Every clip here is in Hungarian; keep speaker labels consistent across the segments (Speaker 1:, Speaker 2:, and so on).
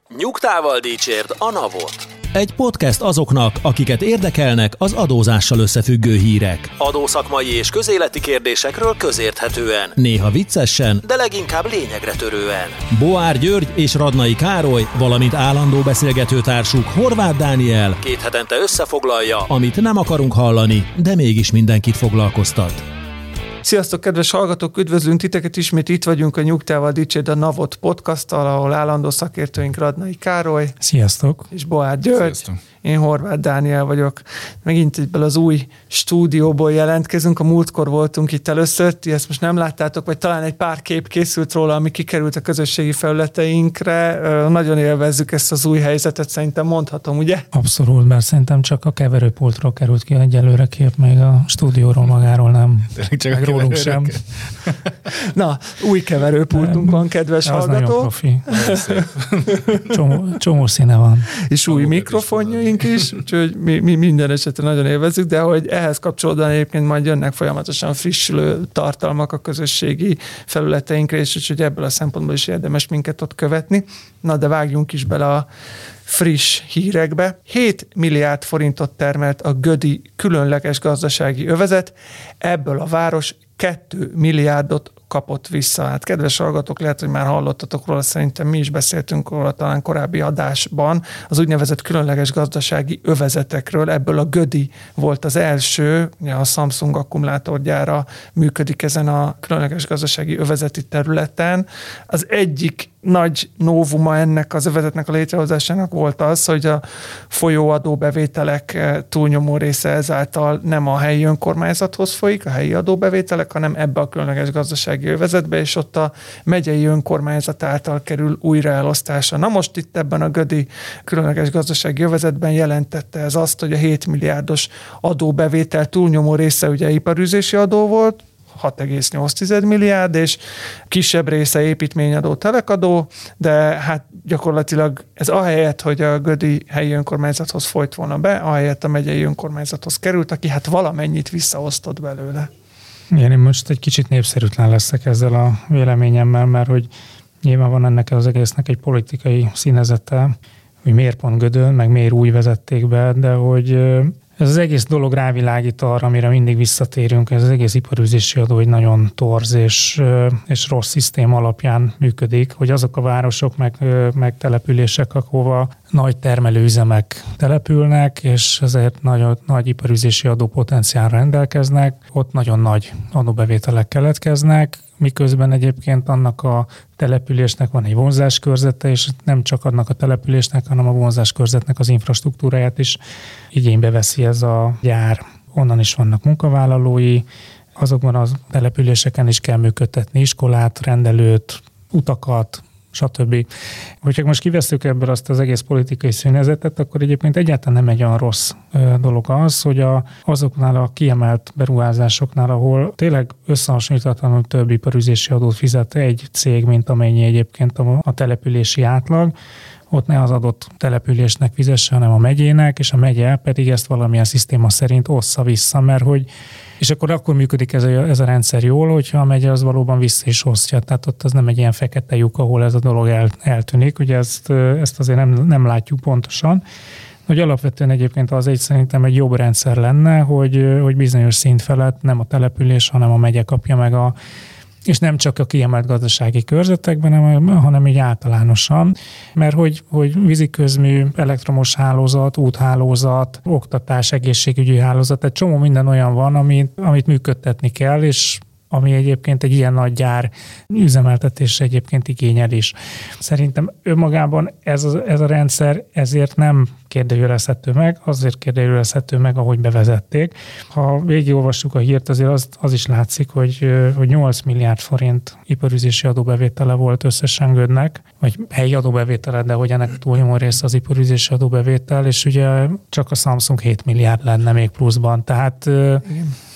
Speaker 1: Nyugtával dicsérd a NAV-ot.
Speaker 2: Egy podcast azoknak, akiket érdekelnek az adózással összefüggő hírek.
Speaker 1: Adószakmai és közéleti kérdésekről közérthetően.
Speaker 2: Néha viccesen,
Speaker 1: de leginkább lényegre törően.
Speaker 2: Boár György és Radnai Károly, valamint állandó beszélgetőtársuk Horváth Dániel
Speaker 1: 2 hetente összefoglalja,
Speaker 2: amit nem akarunk hallani, de mégis mindenkit foglalkoztat.
Speaker 3: Sziasztok, kedves hallgatók! Üdvözlünk titeket, ismét itt vagyunk a Nyugtával dicsérd a NAV-ot podcasttal, ahol állandó szakértőink Radnai Károly.
Speaker 4: Sziasztok!
Speaker 3: És Boár György.
Speaker 4: Sziasztok.
Speaker 3: Én Horváth Dániel vagyok. Megint ebből az új stúdióból jelentkezünk. A múltkor voltunk itt először, ti ezt most nem láttátok, vagy talán egy pár kép készült róla, ami kikerült a közösségi felületeinkre. Nagyon élvezzük ezt az új helyzetet, szerintem mondhatom, ugye?
Speaker 4: Abszolút, mert szerintem csak a keverőpultról került ki egyelőre kép, még a stúdióról magáról nem.
Speaker 5: Csak
Speaker 4: rólunk sem.
Speaker 3: Na, új keverőpultunk van, kedves hallgatók.
Speaker 4: Az nagyon profi. Csomó színe van.
Speaker 3: És új mikrofonjaink is, úgyhogy mi minden esetre nagyon élvezzük, de hogy ehhez kapcsolódóan egyébként majd jönnek folyamatosan frissülő tartalmak a közösségi felületeinkre, és úgyhogy ebből a szempontból is érdemes minket ott követni. Na, de vágjunk is bele a friss hírekbe. 7 milliárd forintot termelt a gödi különleges gazdasági övezet, ebből a város 2 milliárdot kapott vissza. Hát kedves hallgatók, lehet, hogy már hallottatok róla, szerintem mi is beszéltünk róla talán korábbi adásban, az úgynevezett különleges gazdasági övezetekről. Ebből a gödi volt az első, a Samsung akkumulátorgyára működik ezen a különleges gazdasági övezeti területen. Az egyik nagy novuma ennek az övezetnek a létrehozásának volt az, hogy a folyóadóbevételek túlnyomó része ezáltal nem a helyi önkormányzathoz folyik, a helyi adóbevételek, hanem ebbe a különleges gazdasági övezetbe, és ott a megyei önkormányzat által kerül újraelosztásra. Na most itt ebben a gödi különleges gazdasági övezetben jelentette ez azt, hogy a 7 milliárdos adóbevétel túlnyomó része ugye iparűzési adó volt, 6,8 milliárd, és kisebb része építményadó, telekadó, de hát gyakorlatilag ez ahelyett, hogy a gödi helyi önkormányzathoz folyt volna be, ahelyett a megyei önkormányzathoz került, aki hát valamennyit visszaosztott belőle.
Speaker 4: Igen, én most egy kicsit népszerűtlen leszek ezzel a véleményemmel, mert hogy nyilván van ennek az egésznek egy politikai színezete, hogy miért pont Gödön, meg miért úgy vezették be, de hogy ez az egész dolog rávilágít arra, amire mindig visszatérünk, ez az egész iparűzési adó egy nagyon torz és rossz szisztém alapján működik, hogy azok a városok meg települések, ahova nagy termelőüzemek települnek, és ezért nagy iparűzési adópotenciálra rendelkeznek, ott nagyon nagy adóbevételek keletkeznek, miközben egyébként annak a településnek van egy vonzáskörzete, és nem csak annak a településnek, hanem a vonzáskörzetnek az infrastruktúráját is igénybe veszi ez a gyár. Onnan is vannak munkavállalói, azokban a településeken is kell működtetni iskolát, rendelőt, utakat, stb. Hogyha most kivesszük ebből azt az egész politikai színezetet, akkor egyébként egyáltalán nem egy olyan rossz dolog az, hogy azoknál a kiemelt beruházásoknál, ahol tényleg összehasonlíthatatlanul több iparűzési adót fizet egy cég, mint amennyi egyébként a települési átlag, ott ne az adott településnek fizesse, hanem a megyének, és a megye pedig ezt valamilyen szisztéma szerint ossza vissza, mert hogy és akkor működik ez a rendszer jól, hogyha a megye az valóban vissza is osztja. Tehát ott az nem egy ilyen fekete lyuk, ahol ez a dolog eltűnik. Ugye ezt azért nem látjuk pontosan. Hogy alapvetően egyébként az szerintem egy jobb rendszer lenne, hogy bizonyos szint felett nem a település, hanem a megye kapja meg és nem csak a kiemelt gazdasági körzetekben, hanem így általánosan, mert hogy víziközmű, elektromos hálózat, úthálózat, oktatás, egészségügyi hálózat, egy csomó minden olyan van, amit működtetni kell, és ami egyébként egy ilyen nagy gyár üzemeltetés egyébként igényel is. Szerintem önmagában ez a rendszer ezért nem kérdőjelezhető meg, azért kérdőjelezhető meg, ahogy bevezették. Ha végigolvassuk a hírt, azért az is látszik, hogy 8 milliárd forint iparűzési adóbevétele volt összesen Gödnek, vagy helyi adóbevétele, de hogy ennek túlnyomó része az iparűzési adóbevétel, és ugye csak a Samsung 7 milliárd lenne még pluszban. Tehát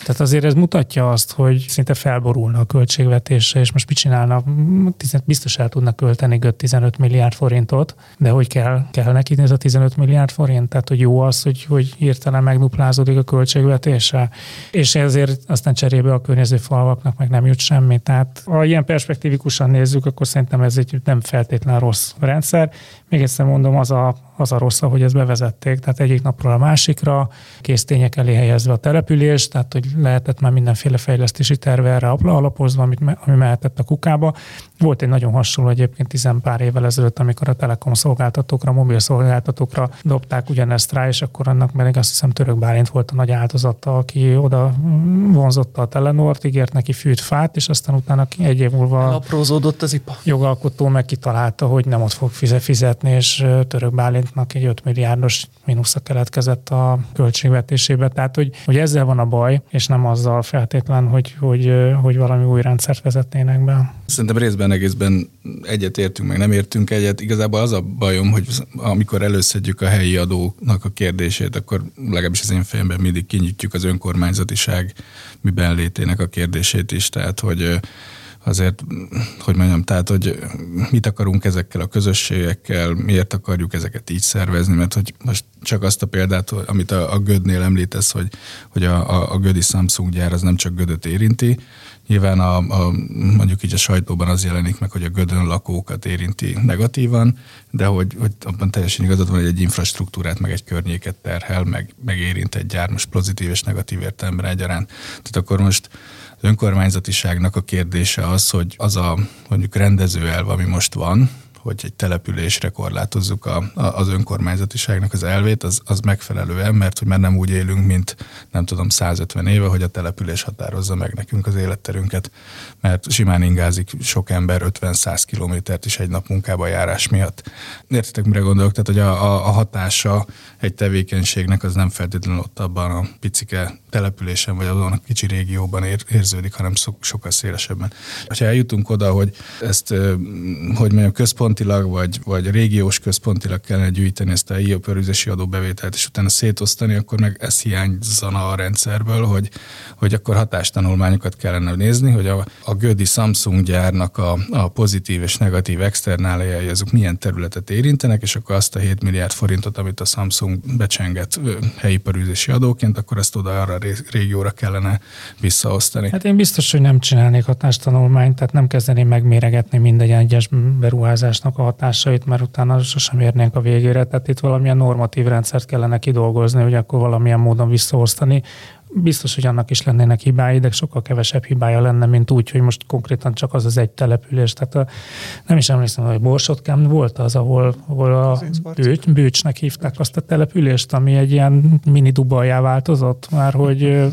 Speaker 4: Tehát azért ez mutatja azt, hogy szinte felborulna a költségvetésre, és most mit csinálna? Biztos el tudnak költeni 15 milliárd forintot, de hogy kell neki ez a 15 milliárd forint? Tehát, hogy jó az, hogy hirtelen megduplázódik a költségvetése, és ezért aztán cserébe a környező falvaknak meg nem jut semmi. Tehát ha ilyen perspektívikusan nézzük, akkor szerintem ez egy nem feltétlen rossz rendszer. Még egyszer mondom, az a rossz, hogy ezt bevezették, tehát egyik napról a másikra, késztények elé helyezve a település, tehát hogy lehetett már mindenféle fejlesztési terve erre alapozva, ami mehetett a kukába. Volt egy nagyon hasonló egyébként 10 pár évvel ezelőtt, amikor a telekom szolgáltatókra, mobil szolgáltatókra dobták ugyanezt rá, és akkor annak meg azt hiszem Török Bálint volt a nagy áldozata, aki oda vonzotta a Telenort, ígért neki fűt, fát, és aztán utána egy év múlva
Speaker 3: elaprózódott az IPA.
Speaker 4: Jogalkotó meg kitalálta, hogy nem ott fog fizetni, és Török Bálintnak egy 5 milliárdos mínusza keletkezett a költségvetésébe. Tehát, hogy ezzel van a baj, és nem azzal feltétlen, hogy valami új rendszert vezetnének be.
Speaker 5: Szerintem részben egészben egyet értünk, meg nem értünk egyet. Igazából az a bajom, hogy amikor előszedjük a helyi adónak a kérdését, akkor legalábbis az én fejemben mindig kinyitjuk az önkormányzatiság miben létének a kérdését is. Tehát, hogy azért, hogy mondjam, tehát, hogy mit akarunk ezekkel a közösségekkel, miért akarjuk ezeket így szervezni, mert hogy most csak azt a példát, amit a Gödnél említesz, hogy a gödi Samsung gyár az nem csak Gödöt érinti, nyilván mondjuk így a sajtóban az jelenik meg, hogy a Gödön lakókat érinti negatívan, de hogy abban teljesen igazad van, hogy egy infrastruktúrát, meg egy környéket terhel, meg érint egy gyár, most pozitív és negatív értelemben egyaránt. Tehát akkor most az önkormányzatiságnak a kérdése az, hogy az a mondjuk rendezőelv, ami most van, hogy egy településre korlátozzuk az önkormányzatiságnak az elvét, az megfelelően, mert hogy már nem úgy élünk, mint nem tudom 150 éve, hogy a település határozza meg nekünk az életterünket, mert simán ingázik sok ember 50-100 kilométert is egy nap munkába járás miatt. Értitek, mire gondolok? Tehát, hogy a hatása egy tevékenységnek az nem feltétlenül ott abban a picike településen, vagy azon a kicsi régióban érződik, hanem sokkal szélesebben. Ha eljutunk oda, hogy ezt, hogy mondjam, központilag, vagy régiós központilag kellene gyűjteni ezt a helyi ipparűzési adóbevételt, és utána szétosztani, akkor meg ez hiányzana a rendszerből, hogy akkor hatástanulmányokat kellene nézni, hogy a gödi Samsung gyárnak a pozitív és negatív externáliái azok milyen területet érintenek, és akkor azt a 7 milliárd forintot, amit a Samsung becsenget helyi ipparűzési adóként, akkor ezt oda arra a régióra kellene visszaosztani.
Speaker 4: Hát én biztos, hogy nem csinálnék hatástanulmányt, tehát nem kezdeném megméregetni minden egyes beruházásnak a hatásait, mert utána sosem érnénk a végére. Tehát itt valamilyen normatív rendszert kellene kidolgozni, hogy akkor valamilyen módon visszaosztani. Biztos, hogy annak is lennének hibái, de sokkal kevesebb hibája lenne, mint úgy, hogy most konkrétan csak az egy település. Tehát nem is emlékszem, hogy Borsotkán volt az, ahol a Bőcsnek hívták azt a települést, ami egy ilyen mini Dubajjá változott, már hogy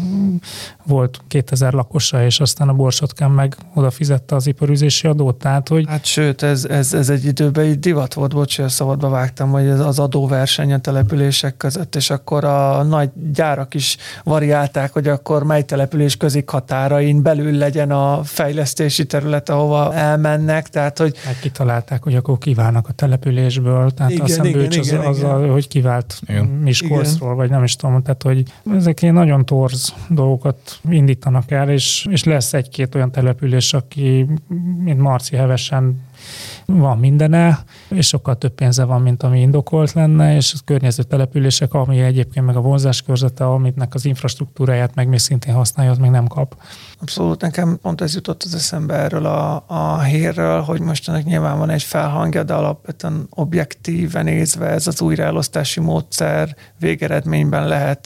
Speaker 4: volt 2000 lakosa, és aztán a Borsotkán meg oda fizette az iparűzési adót. Tehát, hogy...
Speaker 3: Hát sőt, ez egy időben így divat volt, bocs, szabadba vágtam, hogy az adóverseny a települések között, és akkor a nagy gyárak is variálták, hogy akkor mely település közikhatárain belül legyen a fejlesztési terület, ahova elmennek, tehát hogy...
Speaker 4: Hát kitalálták, hogy akkor kiválnak a településből, tehát azt hiszem Bőcs az, hogy kivált Miskolcról, vagy nem is tudom, tehát hogy ezek ilyen nagyon torz dolgokat indítanak el, és lesz egy-két olyan település, aki, mint Marci hevesen van mindene, és sokkal több pénze van, mint ami indokolt lenne, és a környező települések, ami egyébként meg a vonzáskörzete, aminek az infrastruktúráját meg még szintén használja, az még nem kap.
Speaker 3: Abszolút, nekem pont ez jutott az eszembe erről a hírről, hogy most ennek nyilván van egy felhangja, de alapvetően objektíven nézve ez az újraelosztási módszer végeredményben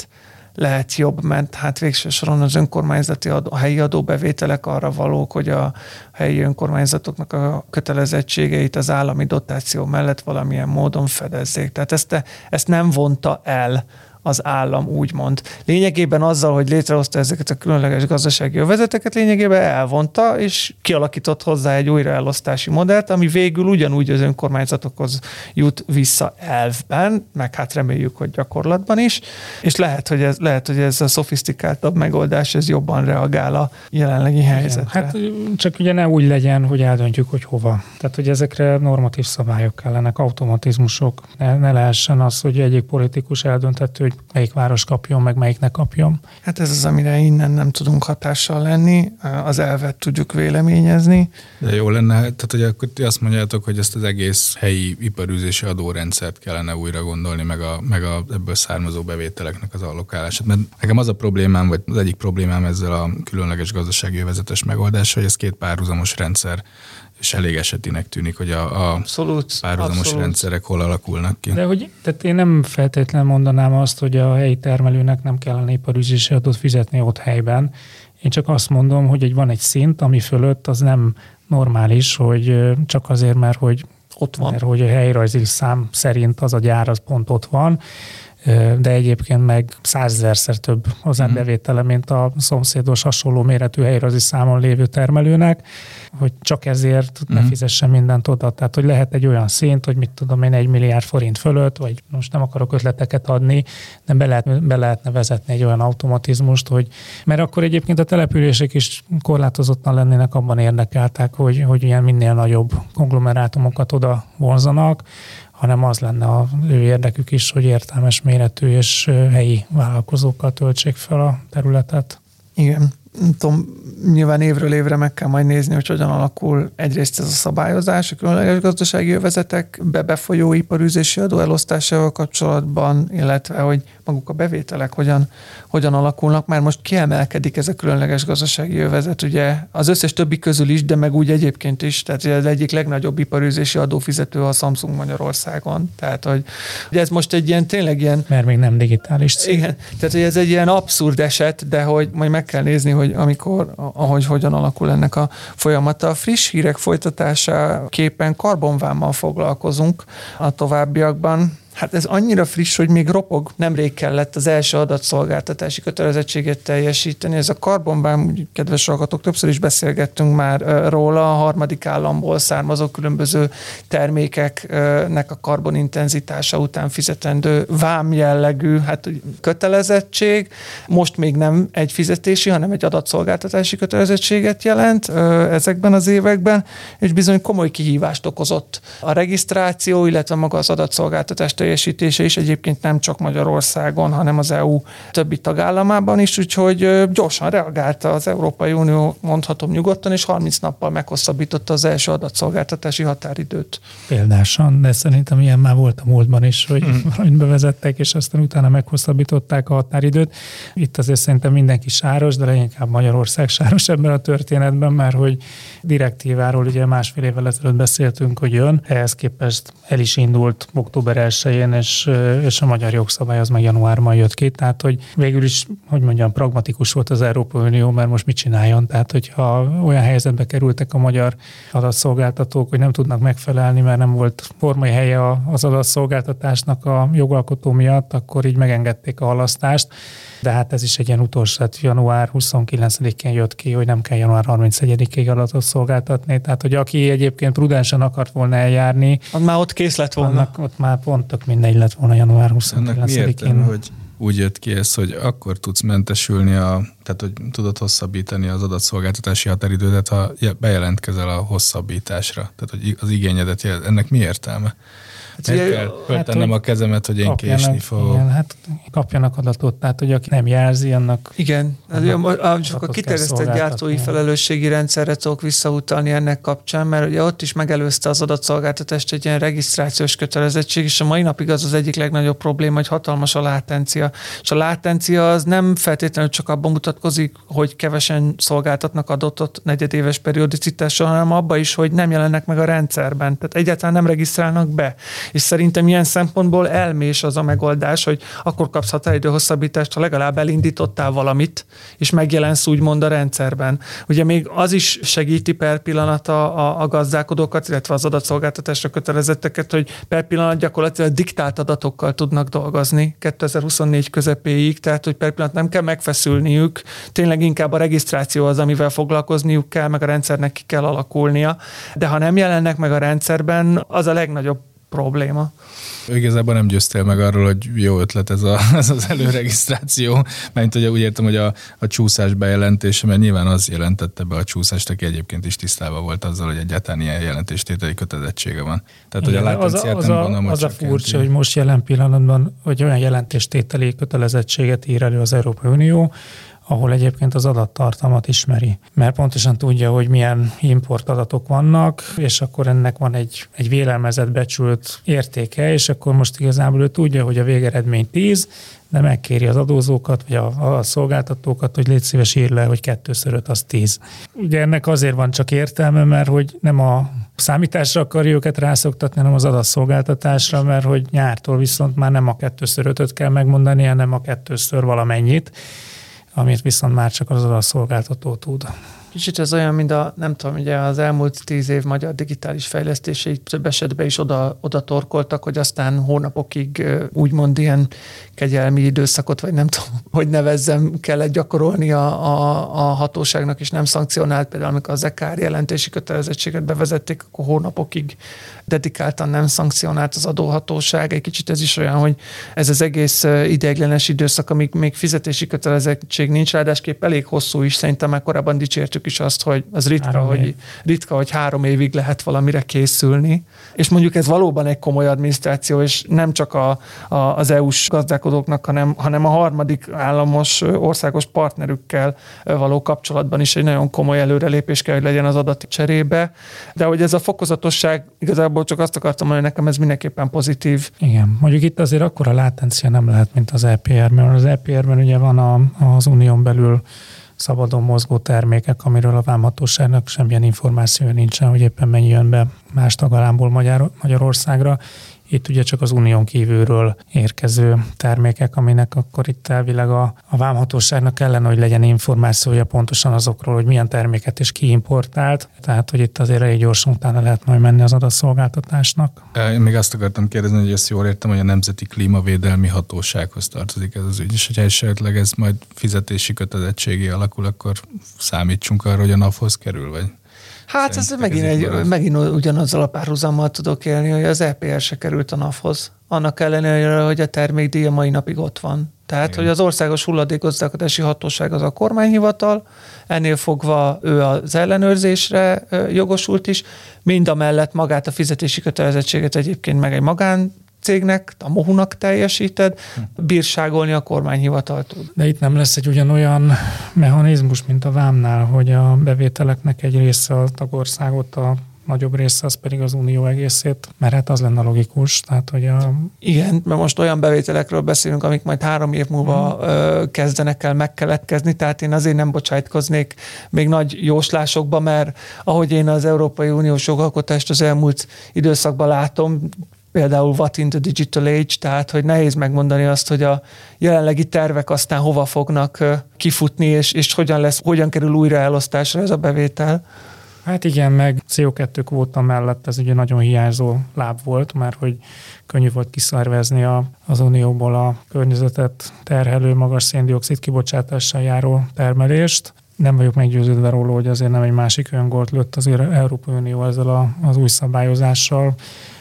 Speaker 3: lehet jobb, mert hát végső soron az önkormányzati a helyi adóbevételek arra valók, hogy a helyi önkormányzatoknak a kötelezettségeit az állami dotáció mellett valamilyen módon fedezzék. Tehát ezt nem vonta el az állam, úgymond. Lényegében azzal, hogy létrehozta ezeket a különleges gazdasági övezeteket, lényegében elvonta, és kialakított hozzá egy újraelosztási modellt, ami végül ugyanúgy az önkormányzatokhoz jut vissza elvben, meg hát reméljük, hogy gyakorlatban is, és lehet, hogy ez a szofisztikáltabb megoldás, ez jobban reagál a jelenlegi helyzetre.
Speaker 4: Hát csak ugye ne úgy legyen, hogy eldöntjük, hogy hova. Tehát, hogy ezekre normatív szabályok kellenek, automatizmusok. Ne lehessen az, hogy egyik politikus eldönthető, hogy hogy melyik város kapjon, meg melyik ne kapjon.
Speaker 3: Hát ez az, amire innen nem tudunk hatással lenni, az elvet tudjuk véleményezni.
Speaker 5: De jó lenne, tehát hogy akkor ti azt mondjátok, hogy ezt az egész helyi iparűzési adórendszert kellene újra gondolni, meg a ebből származó bevételeknek az allokálását. Mert nekem az a problémám, vagy az egyik problémám ezzel a különleges gazdasági övezetes megoldással, hogy ez két párhuzamos rendszer, és elég esetinek tűnik, hogy a párhuzamos rendszerek hol alakulnak ki.
Speaker 4: De tehát én nem feltétlenül mondanám azt, hogy a helyi termelőnek nem kellene iparűzési adót fizetni ott helyben. Én csak azt mondom, hogy van egy szint, ami fölött az nem normális, hogy csak azért, mert hogy ott van. Mert hogy a helyrajzi szám szerint az a gyár az pont ott van, de egyébként meg 100 000-szer több az bevétele, mint a szomszédos hasonló méretű helyrajzi számon lévő termelőnek, hogy csak ezért ne fizessen mindent oda. Tehát, hogy lehet egy olyan szint, hogy mit tudom én, 1 milliárd forint fölött, vagy most nem akarok ötleteket adni, de be lehetne vezetni egy olyan automatizmust, hogy mert akkor egyébként a települések is korlátozottan lennének abban érdekeltek, hogy ilyen minél nagyobb konglomerátumokat oda vonzanak, hanem az lenne az ő érdekük is, hogy értelmes méretű és helyi vállalkozókkal töltsék fel a területet.
Speaker 3: Igen. Nem tudom, nyilván évről évre meg kell majd nézni, hogy hogyan alakul egyrészt ez a szabályozás, a különleges gazdasági övezetek befolyó iparűzési adó elosztásával kapcsolatban, illetve hogy maguk a bevételek hogyan alakulnak. Már most kiemelkedik ez a különleges gazdasági övezet, ugye az összes többi közül is, de meg úgy egyébként is, tehát az egyik legnagyobb iparűzési adófizető a Samsung Magyarországon. Tehát, hogy ez most egy ilyen tényleg ilyen...
Speaker 4: Mert még nem digitális cég.
Speaker 3: Igen, tehát hogy ez egy ilyen abszurd eset, de hogy majd meg kell nézni, hogy ahogy hogyan alakul ennek a folyamata. A friss hírek folytatásáképpen karbonvámmal foglalkozunk a továbbiakban. Hát ez annyira friss, hogy még ropog. Nemrég kellett az első adatszolgáltatási kötelezettséget teljesíteni. Ez a karbonvám, kedves hallgatók, többször is beszélgettünk már róla, a harmadik államból származó különböző termékeknek a karbonintenzitása után fizetendő vám jellegű kötelezettség. Most még nem egy fizetési, hanem egy adatszolgáltatási kötelezettséget jelent ezekben az években, és bizony komoly kihívást okozott a regisztráció, illetve maga az adatszolgáltatás teljesítése is egyébként nem csak Magyarországon, hanem az EU többi tagállamában is, úgyhogy gyorsan reagálta az Európai Unió, mondhatom nyugodtan, és 30 nappal meghosszabbította az első adatszolgáltatási határidőt.
Speaker 4: Példásan, de szerintem ilyen már volt a múltban is, hogy valamit bevezettek, és aztán utána meghosszabbították a határidőt. Itt azért szerintem mindenki sáros, de leginkább Magyarország sáros ebben a történetben, mert hogy direktíváról ugye 1,5 évvel ezelőtt beszéltünk, hogy jön, ehhez képest el is indult október 1-én, és a magyar jogszabály az meg januárban jött ki, tehát hogy végül is, hogy mondjam, pragmatikus volt az Európai Unió, mert most mit csináljon, tehát hogyha olyan helyzetbe kerültek a magyar adatszolgáltatók, hogy nem tudnak megfelelni, mert nem volt formai helye az adatszolgáltatásnak a jogalkotó miatt, akkor így megengedték a halasztást, de hát ez is egy ilyen utolsó, hát január 29-én jött ki, hogy nem kell január 31-ig adatot szolgáltatni, tehát hogy aki egyébként prudensen akart volna eljárni,
Speaker 3: már ott kész lett volna.
Speaker 4: Ott már pont tök mindegy lett volna január 29-én.
Speaker 5: Hogy úgy jött ki ez, hogy akkor tudsz mentesülni, tehát hogy tudod hosszabbítani az adatszolgáltatási határidőt, ha bejelentkezel a hosszabbításra. Tehát hogy az igényedet ennek mi értelme? Miért kell föltennem a kezemet, hogy én késni fogok?
Speaker 4: Igen, hát kapjanak adatot, tehát hogy aki nem jelzi, annak...
Speaker 3: Igen, csak a kiterjesztett gyártói felelősségi rendszerre tudok visszautalni ennek kapcsán, mert ugye ott is megelőzte az adatszolgáltatást egy ilyen regisztrációs kötelezettség, és a mai napig az egyik legnagyobb probléma, hogy hatalmas a látencia. És a látencia az nem feltétlenül csak abban mutatkozik, hogy kevesen szolgáltatnak adatot negyedéves periodicitással, hanem abban is, hogy nem jelennek meg a rendszerben. Tehát egyáltalán nem regisztrálnak be. És szerintem ilyen szempontból elmés az a megoldás, hogy akkor kapsz határidő hosszabbítást, ha legalább elindítottál valamit, és megjelensz úgymond a rendszerben. Ugye még az is segíti per pillanat a gazdálkodókat, illetve az adatszolgáltatásra kötelezetteket, hogy per pillanat gyakorlatilag diktált adatokkal tudnak dolgozni 2024 közepéig, tehát hogy per pillanat nem kell megfeszülniük, tényleg inkább a regisztráció az, amivel foglalkozniuk kell, meg a rendszernek ki kell alakulnia, de ha nem jelennek meg a rendszerben, az a legnagyobb probléma.
Speaker 5: Igazából nem győztél meg arról, hogy jó ötlet ez az előregisztráció, mert ugye úgy értem, hogy a csúszás bejelentése, mert nyilván az jelentette be a csúszást, aki egyébként is tisztában volt azzal, hogy egyáltalán ilyen jelentéstételi kötelezettsége van. Tehát,
Speaker 4: igen,
Speaker 5: hogy a látenciát nem gondolom,
Speaker 4: az a furcsa, hogy most jelen pillanatban, hogy olyan jelentéstételi kötelezettséget ír elő az Európai Unió, ahol egyébként az adattartalmat ismeri. Mert pontosan tudja, hogy milyen import adatok vannak, és akkor ennek van egy vélelmezett becsült értéke, és akkor most igazából ő tudja, hogy a végeredmény 10, de megkéri az adózókat, vagy a szolgáltatókat, hogy légy szíves ír le, hogy 2x5 az 10. Ugye ennek azért van csak értelme, mert hogy nem a számításra akarja őket rászoktatni, hanem az adatszolgáltatásra, mert hogy nyártól viszont már nem a 2x5-öt kell megmondani, hanem a 2x valamennyit, amit viszont már csak az adatszolgáltató tud.
Speaker 3: Kicsit ez olyan, mint nem tudom, ugye az elmúlt 10 év magyar digitális fejlesztései több esetben is oda torkoltak, hogy aztán hónapokig úgymond ilyen kegyelmi időszakot, vagy nem tudom, hogy nevezzem, kellett gyakorolni a hatóságnak, és nem szankcionált. Például amikor az EKR jelentési kötelezettséget bevezették, akkor hónapokig dedikáltan nem szankcionált az adóhatóság. Egy kicsit ez is olyan, hogy ez az egész ideiglenes időszak, amíg még fizetési kötelezettség nincs, ráadásképp elég hosszú is. Szerintem már korábban dicsértük is azt, hogy az ritka, hogy 3 évig lehet valamire készülni. És mondjuk ez valóban egy komoly adminisztráció, és nem csak az EU-s gazdálkodóknak, hanem a harmadik államos országos partnerükkel való kapcsolatban is egy nagyon komoly előrelépés kell, hogy legyen az adat cserébe. De hogy ez a fokozatosság, igazából csak azt akartam mondani, nekem ez mindenképpen pozitív.
Speaker 4: Igen, mondjuk itt azért akkora látencia nem lehet, mint az EPR, mert az EPR-ben ugye van az unión belül szabadon mozgó termékek, amiről a vámhatóságnak semmilyen információja nincsen, hogy éppen mennyi jön be más tagállamból Magyarországra. Itt ugye csak az unión kívülről érkező termékek, aminek akkor itt elvileg a vámhatóságnak kellene, hogy legyen információja pontosan azokról, hogy milyen terméket is kiimportált. Tehát, hogy itt azért elég gyorsan utána lehet majd menni az adatszolgáltatásnak.
Speaker 5: Én még azt akartam kérdezni, hogy ezt jól értem, hogy a Nemzeti Klímavédelmi Hatósághoz tartozik ez az ügy, és hogyha esetleg ez majd fizetési kötelezettségé alakul, akkor számítsunk arra, hogy a NAV-hoz kerül, vagy?
Speaker 3: Hát ez megint ugyanazzal a párhuzammal tudok élni, hogy az EPR se került a NAV-hoz. Annak ellenére, hogy a termékdíj a mai napig ott van. Tehát, igen, hogy az Országos Hulladékgazdálkodási Hatóság az a kormányhivatal, ennél fogva ő az ellenőrzésre jogosult is, mind a mellett magát a fizetési kötelezettséget egyébként meg egy magáncégnek, a MOHU-nak teljesíted, bírságolni a kormányhivatal tud.
Speaker 4: De itt nem lesz egy ugyanolyan mechanizmus, mint a vámnál, hogy a bevételeknek egy része a tagországot, a nagyobb része az pedig az unió egészét, mert hát az lenne logikus. Tehát, hogy
Speaker 3: Igen, mert most olyan bevételekről beszélünk, amik majd 3 év múlva kezdenek el megkeletkezni, tehát én azért nem bocsájtkoznék még nagy jóslásokba, mert ahogy én az Európai Uniós jogalkotást az elmúlt időszakban látom, például What in the Digital Age, tehát hogy nehéz megmondani azt, hogy a jelenlegi tervek aztán hova fognak kifutni, és hogyan kerül újra elosztásra ez a bevétel.
Speaker 4: Hát igen, meg CO2 kvóta mellett ez ugye nagyon hiányzó láb volt, mert hogy könnyű volt kiszervezni az unióból a környezetet terhelő, magas szén-dioxid kibocsátással járó termelést. Nem vagyok meggyőződve róla, hogy azért nem egy másik öngolt lőtt az Európai Unió ezzel az új szabályozással,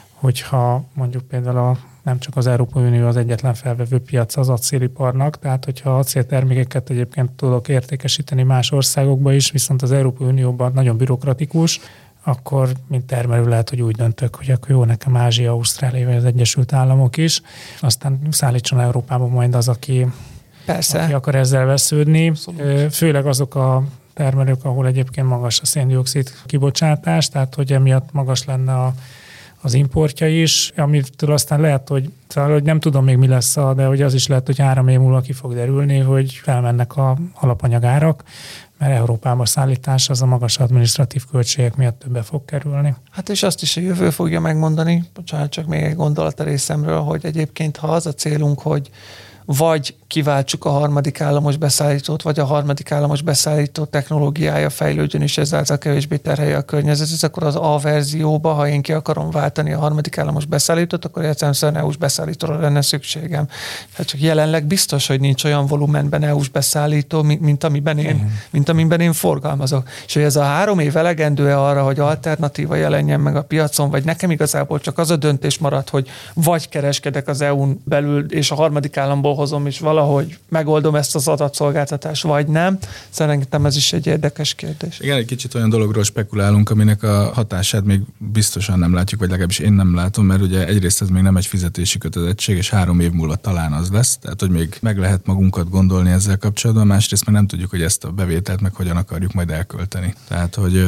Speaker 4: hogyha mondjuk például nem csak az Európai Unió az egyetlen felvevő piac az acéliparnak, tehát hogyha acéltermékeket egyébként tudok értékesíteni más országokba is, viszont az Európai Unióban nagyon bürokratikus, akkor mint termelő lehet, hogy úgy döntök, hogy akkor jó, nekem Ázsia, Ausztrália vagy az Egyesült Államok is, aztán szállítson Európába majd az, aki akar ezzel vesződni. Főleg azok a termelők, ahol egyébként magas a szén-dioxid kibocsátás, tehát hogy emiatt magas lenne az importja is, amitől aztán lehet, hogy nem tudom még mi lesz, de hogy az is lehet, hogy 3 év múlva ki fog derülni, hogy felmennek a alapanyagárak, mert Európában szállítás az a magas adminisztratív költségek miatt többe fog kerülni.
Speaker 3: Hát és azt is a jövő fogja megmondani, bocsánat, csak még egy gondolat a részemről, hogy egyébként ha az a célunk, hogy vagy kiváltsuk a harmadik államos beszállítót, vagy a harmadik államos beszállító technológiája fejlődjön, és ezáltal kevésbé terhelje a környezetet, akkor az A verzióba, ha én ki akarom váltani a harmadik államos beszállítót, akkor egyszerűen EU-s beszállítóra lenne szükségem. Hát csak jelenleg biztos, hogy nincs olyan volumenben EU-s beszállító, mint amiben én forgalmazok. És hogy ez a 3 év elegendő-e arra, hogy alternatíva jelenjen meg a piacon, vagy nekem igazából csak az a döntés marad, hogy vagy kereskedek az EU-n belül, és a harmadik államból hozom, és valahogy megoldom ezt az adatszolgáltatást, vagy nem. Szerintem ez is egy érdekes kérdés.
Speaker 5: Igen, egy kicsit olyan dologról spekulálunk, aminek a hatását még biztosan nem látjuk, vagy legalábbis én nem látom, mert ugye egyrészt ez még nem egy fizetési kötelezettség, és 3 év múlva talán az lesz, tehát hogy még meg lehet magunkat gondolni ezzel kapcsolatban, másrészt meg nem tudjuk, hogy ezt a bevételt meg hogyan akarjuk majd elkölteni. Tehát, hogy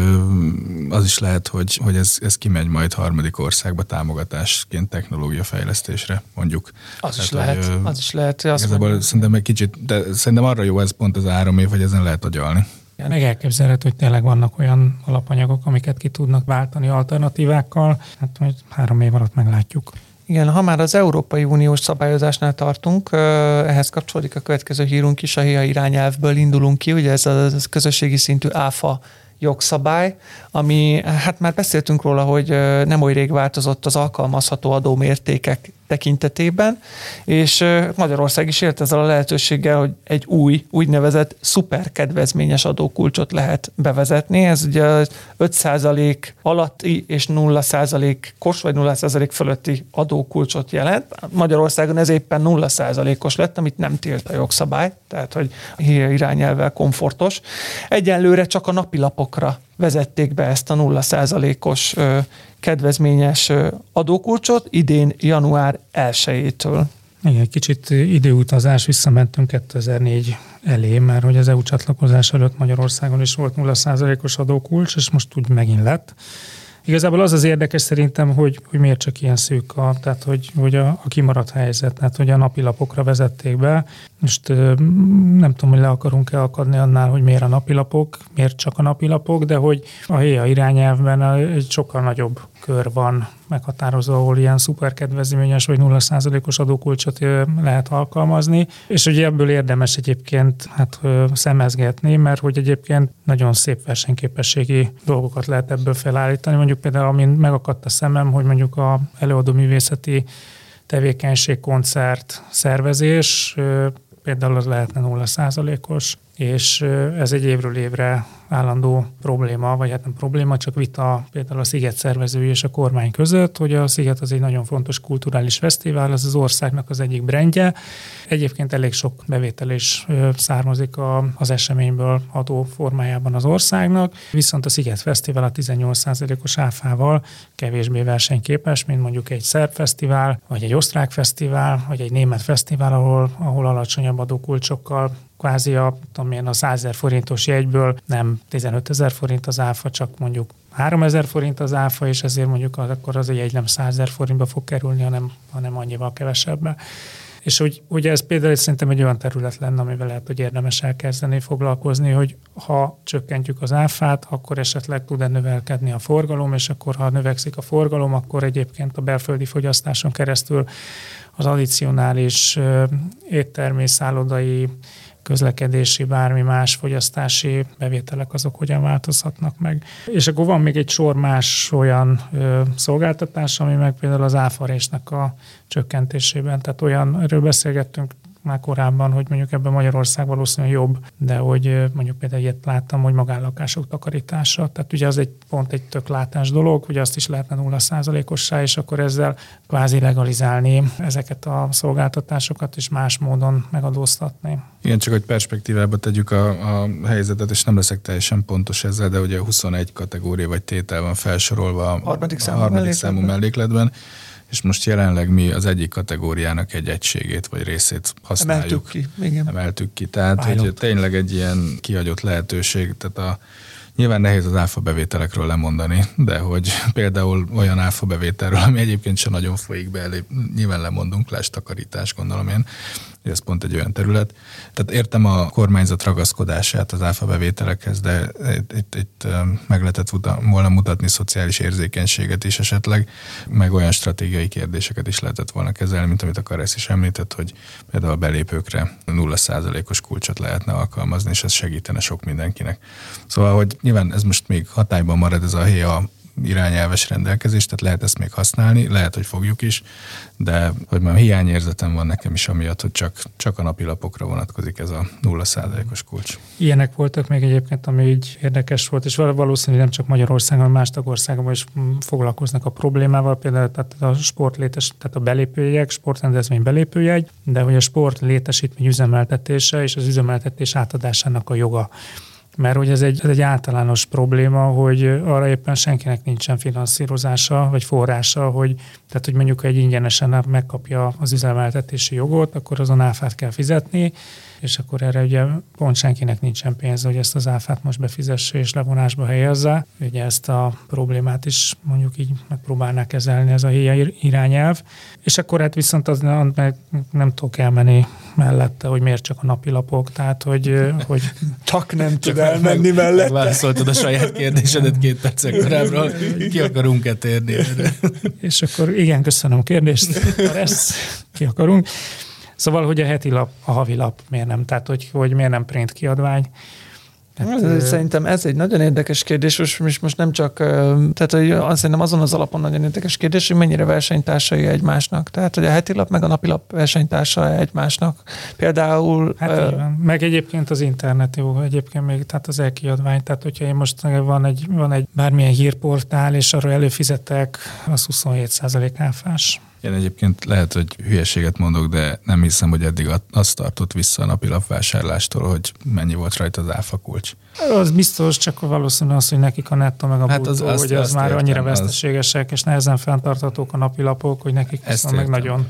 Speaker 5: az is lehet, hogy ez kimegy majd harmadik országba támogatásként technológiafejlesztésre, mondjuk.
Speaker 3: Az is lehet.
Speaker 5: Igazából szerintem egy kicsit, de szerintem arra jó ez pont az 3 év, hogy ezen lehet agyalni.
Speaker 4: Meg elképzelhető, hogy tényleg vannak olyan alapanyagok, amiket ki tudnak váltani alternatívákkal, hát majd 3 év alatt meglátjuk.
Speaker 3: Igen, ha már az Európai Uniós szabályozásnál tartunk, ehhez kapcsolódik a következő hírunk is, a HEA irányelvből indulunk ki, ugye ez a közösségi szintű ÁFA jogszabály, ami, hát már beszéltünk róla, hogy nem oly rég változott az alkalmazható adómértékek tekintetében, és Magyarország is élt ezzel a lehetőséggel, hogy egy úgynevezett szuperkedvezményes adókulcsot lehet bevezetni. Ez ugye 5% alatti és 0%-os vagy 0% fölötti adókulcsot jelent. Magyarországon ez éppen 0%-os lett, amit nem tilt a jogszabály, tehát hogy irányelvvel komfortos. Egyenlőre csak a napilapokra vezették be ezt a 0%-os kedvezményes adókulcsot idén január 1-től.
Speaker 4: Igen, kicsit időutazás, visszamentünk 2004 elé, mert hogy az EU csatlakozás előtt Magyarországon is volt 0%-os adókulcs, és most úgy megint lett. Igazából az érdekes szerintem, hogy miért csak ilyen szűk tehát hogy a kimaradt helyzet, tehát hogy a napilapokra vezették be. Most nem tudom, hogy le akarunk-e akadni annál, hogy miért a napilapok, miért csak a napilapok, de hogy a HEA irányelvben egy sokkal nagyobb kör van meghatározva, ahol ilyen szuperkedvezményes vagy 0%-os adókulcsot lehet alkalmazni, és ugye ebből érdemes egyébként szemezgetni, mert hogy egyébként nagyon szép versenyképességi dolgokat lehet ebből felállítani. Mondjuk például, amin megakadt a szemem, hogy mondjuk a előadó művészeti tevékenység, koncert, szervezés, például az lehetne 0%-os, és ez egy évről évre állandó probléma, vagy hát nem probléma, csak vita például a Sziget szervezői és a kormány között, hogy a Sziget az egy nagyon fontos kulturális fesztivál, az az országnak az egyik brandje. Egyébként elég sok bevétel is származik az eseményből adó formájában az országnak, viszont a Sziget Fesztivál a 18%-os áfával kevésbé versenyképes, mint mondjuk egy szerb fesztivál, vagy egy osztrák fesztivál, vagy egy német fesztivál, ahol alacsonyabb adókulcsokkal kvázi a 100 000 forintos jegyből nem 15 000 forint az áfa, csak mondjuk 3 000 forint az áfa, és ezért mondjuk akkor az a jegy nem 100 000 forintba fog kerülni, hanem annyival kevesebbe. És ugye ez például szerintem egy olyan terület lenne, amivel lehet, hogy érdemes elkezdeni foglalkozni, hogy ha csökkentjük az áfát, akkor esetleg tud-e növelkedni a forgalom, és akkor ha növekszik a forgalom, akkor egyébként a belföldi fogyasztáson keresztül az addicionális éttermi, szállodai, közlekedési, bármi más fogyasztási bevételek azok hogyan változhatnak meg. És akkor van még egy sor más olyan szolgáltatás, ami meg például az áfarésnek a csökkentésében. Tehát erről beszélgettünk már korábban, hogy mondjuk ebben Magyarország valószínűleg jobb, de hogy mondjuk például ilyet láttam, hogy magánlakások takarítása. Tehát ugye az egy tök látás dolog, hogy azt is lehetne 0%-ossá, és akkor ezzel kvázi legalizálni ezeket a szolgáltatásokat, és más módon megadóztatni.
Speaker 5: Igen, csak hogy perspektívába tegyük a helyzetet, és nem leszek teljesen pontos ezzel, de ugye 21 kategória vagy tétel van felsorolva a harmadik számú mellékletben, és most jelenleg mi az egyik kategóriának egy egységét vagy részét használjuk.
Speaker 3: Emeltük ki.
Speaker 5: Tehát, hogy tényleg egy ilyen kihagyott lehetőség, tehát Nyilván nehéz az áfa bevételekről lemondani, de hogy például olyan áfa bevételről, ami egyébként sem nagyon folyik be, nyilván lemondunk, lásd takarítás, gondolom én, ez pont egy olyan terület. Tehát értem a kormányzat ragaszkodását az áfa bevételekhez, de itt meg lehetett volna mutatni szociális érzékenységet is esetleg, meg olyan stratégiai kérdéseket is lehetett volna kezelni, mint amit a Karesz is említett, hogy például a belépőkre 0%-os kulcsot lehetne alkalmazni, és ez segítene sok mindenkinek. Szóval, hogy nyilván ez most még hatályban marad ez a HÉA irányelves rendelkezés, tehát lehet ezt még használni, lehet, hogy fogjuk is, de hogy már hiányérzetem van nekem is amiatt, hogy csak a napilapokra vonatkozik ez a 0%-os kulcs.
Speaker 4: Ilyenek voltak még egyébként, ami így érdekes volt, és valószínűleg nem csak Magyarországon, hanem más tagországokban is foglalkoznak a problémával, például tehát a tehát a belépőjegy, sportrendezvény belépőjegy, de hogy a sport létesítmény üzemeltetése és az üzemeltetés átadásának a joga. Mert hogy ez egy általános probléma, hogy arra éppen senkinek nincsen finanszírozása, vagy forrása, tehát hogy mondjuk egy ingyenesen megkapja az üzemeltetési jogot, akkor azon áfát kell fizetni, és akkor erre ugye pont senkinek nincsen pénze, hogy ezt az áfát most befizesse és levonásba helyezze. Ugye ezt a problémát is mondjuk így megpróbálná kezelni ez a HÉA irányelv. És akkor hát viszont az nem tudok elmenni mellette, hogy miért csak a napilapok, tehát hogy
Speaker 3: csak nem tud elmenni mellette.
Speaker 5: Válaszoltad a saját kérdésedet 2 perccel korábbról, ki akarunk-e térni erre?
Speaker 4: És akkor igen, köszönöm a kérdést, ki akarunk. Szóval, hogy a heti lap, a havi lap miért nem? Tehát, hogy miért nem print kiadvány?
Speaker 3: Szerintem ez egy nagyon érdekes kérdés, és most nem csak, tehát szerintem azon az alapon nagyon érdekes kérdés, hogy mennyire versenytársai egymásnak. Tehát, hogy a heti lap meg a napilap versenytársa egymásnak. Például...
Speaker 4: Hát meg egyébként az internet jó, egyébként még, tehát az e-kiadvány, tehát hogyha én most van egy bármilyen hírportál, és arra előfizetek, az 27% áfás.
Speaker 5: Én egyébként lehet, hogy hülyeséget mondok, de nem hiszem, hogy eddig azt tartott vissza a napilapvásárlástól, hogy mennyi volt rajta az áfa kulcs.
Speaker 4: Az biztos, csak valószínűleg az, hogy nekik a nettó meg a bruttó, hogy az már értem, annyira veszteségesek, és nehezen fenntarthatók a napilapok, hogy nekik meg nagyon...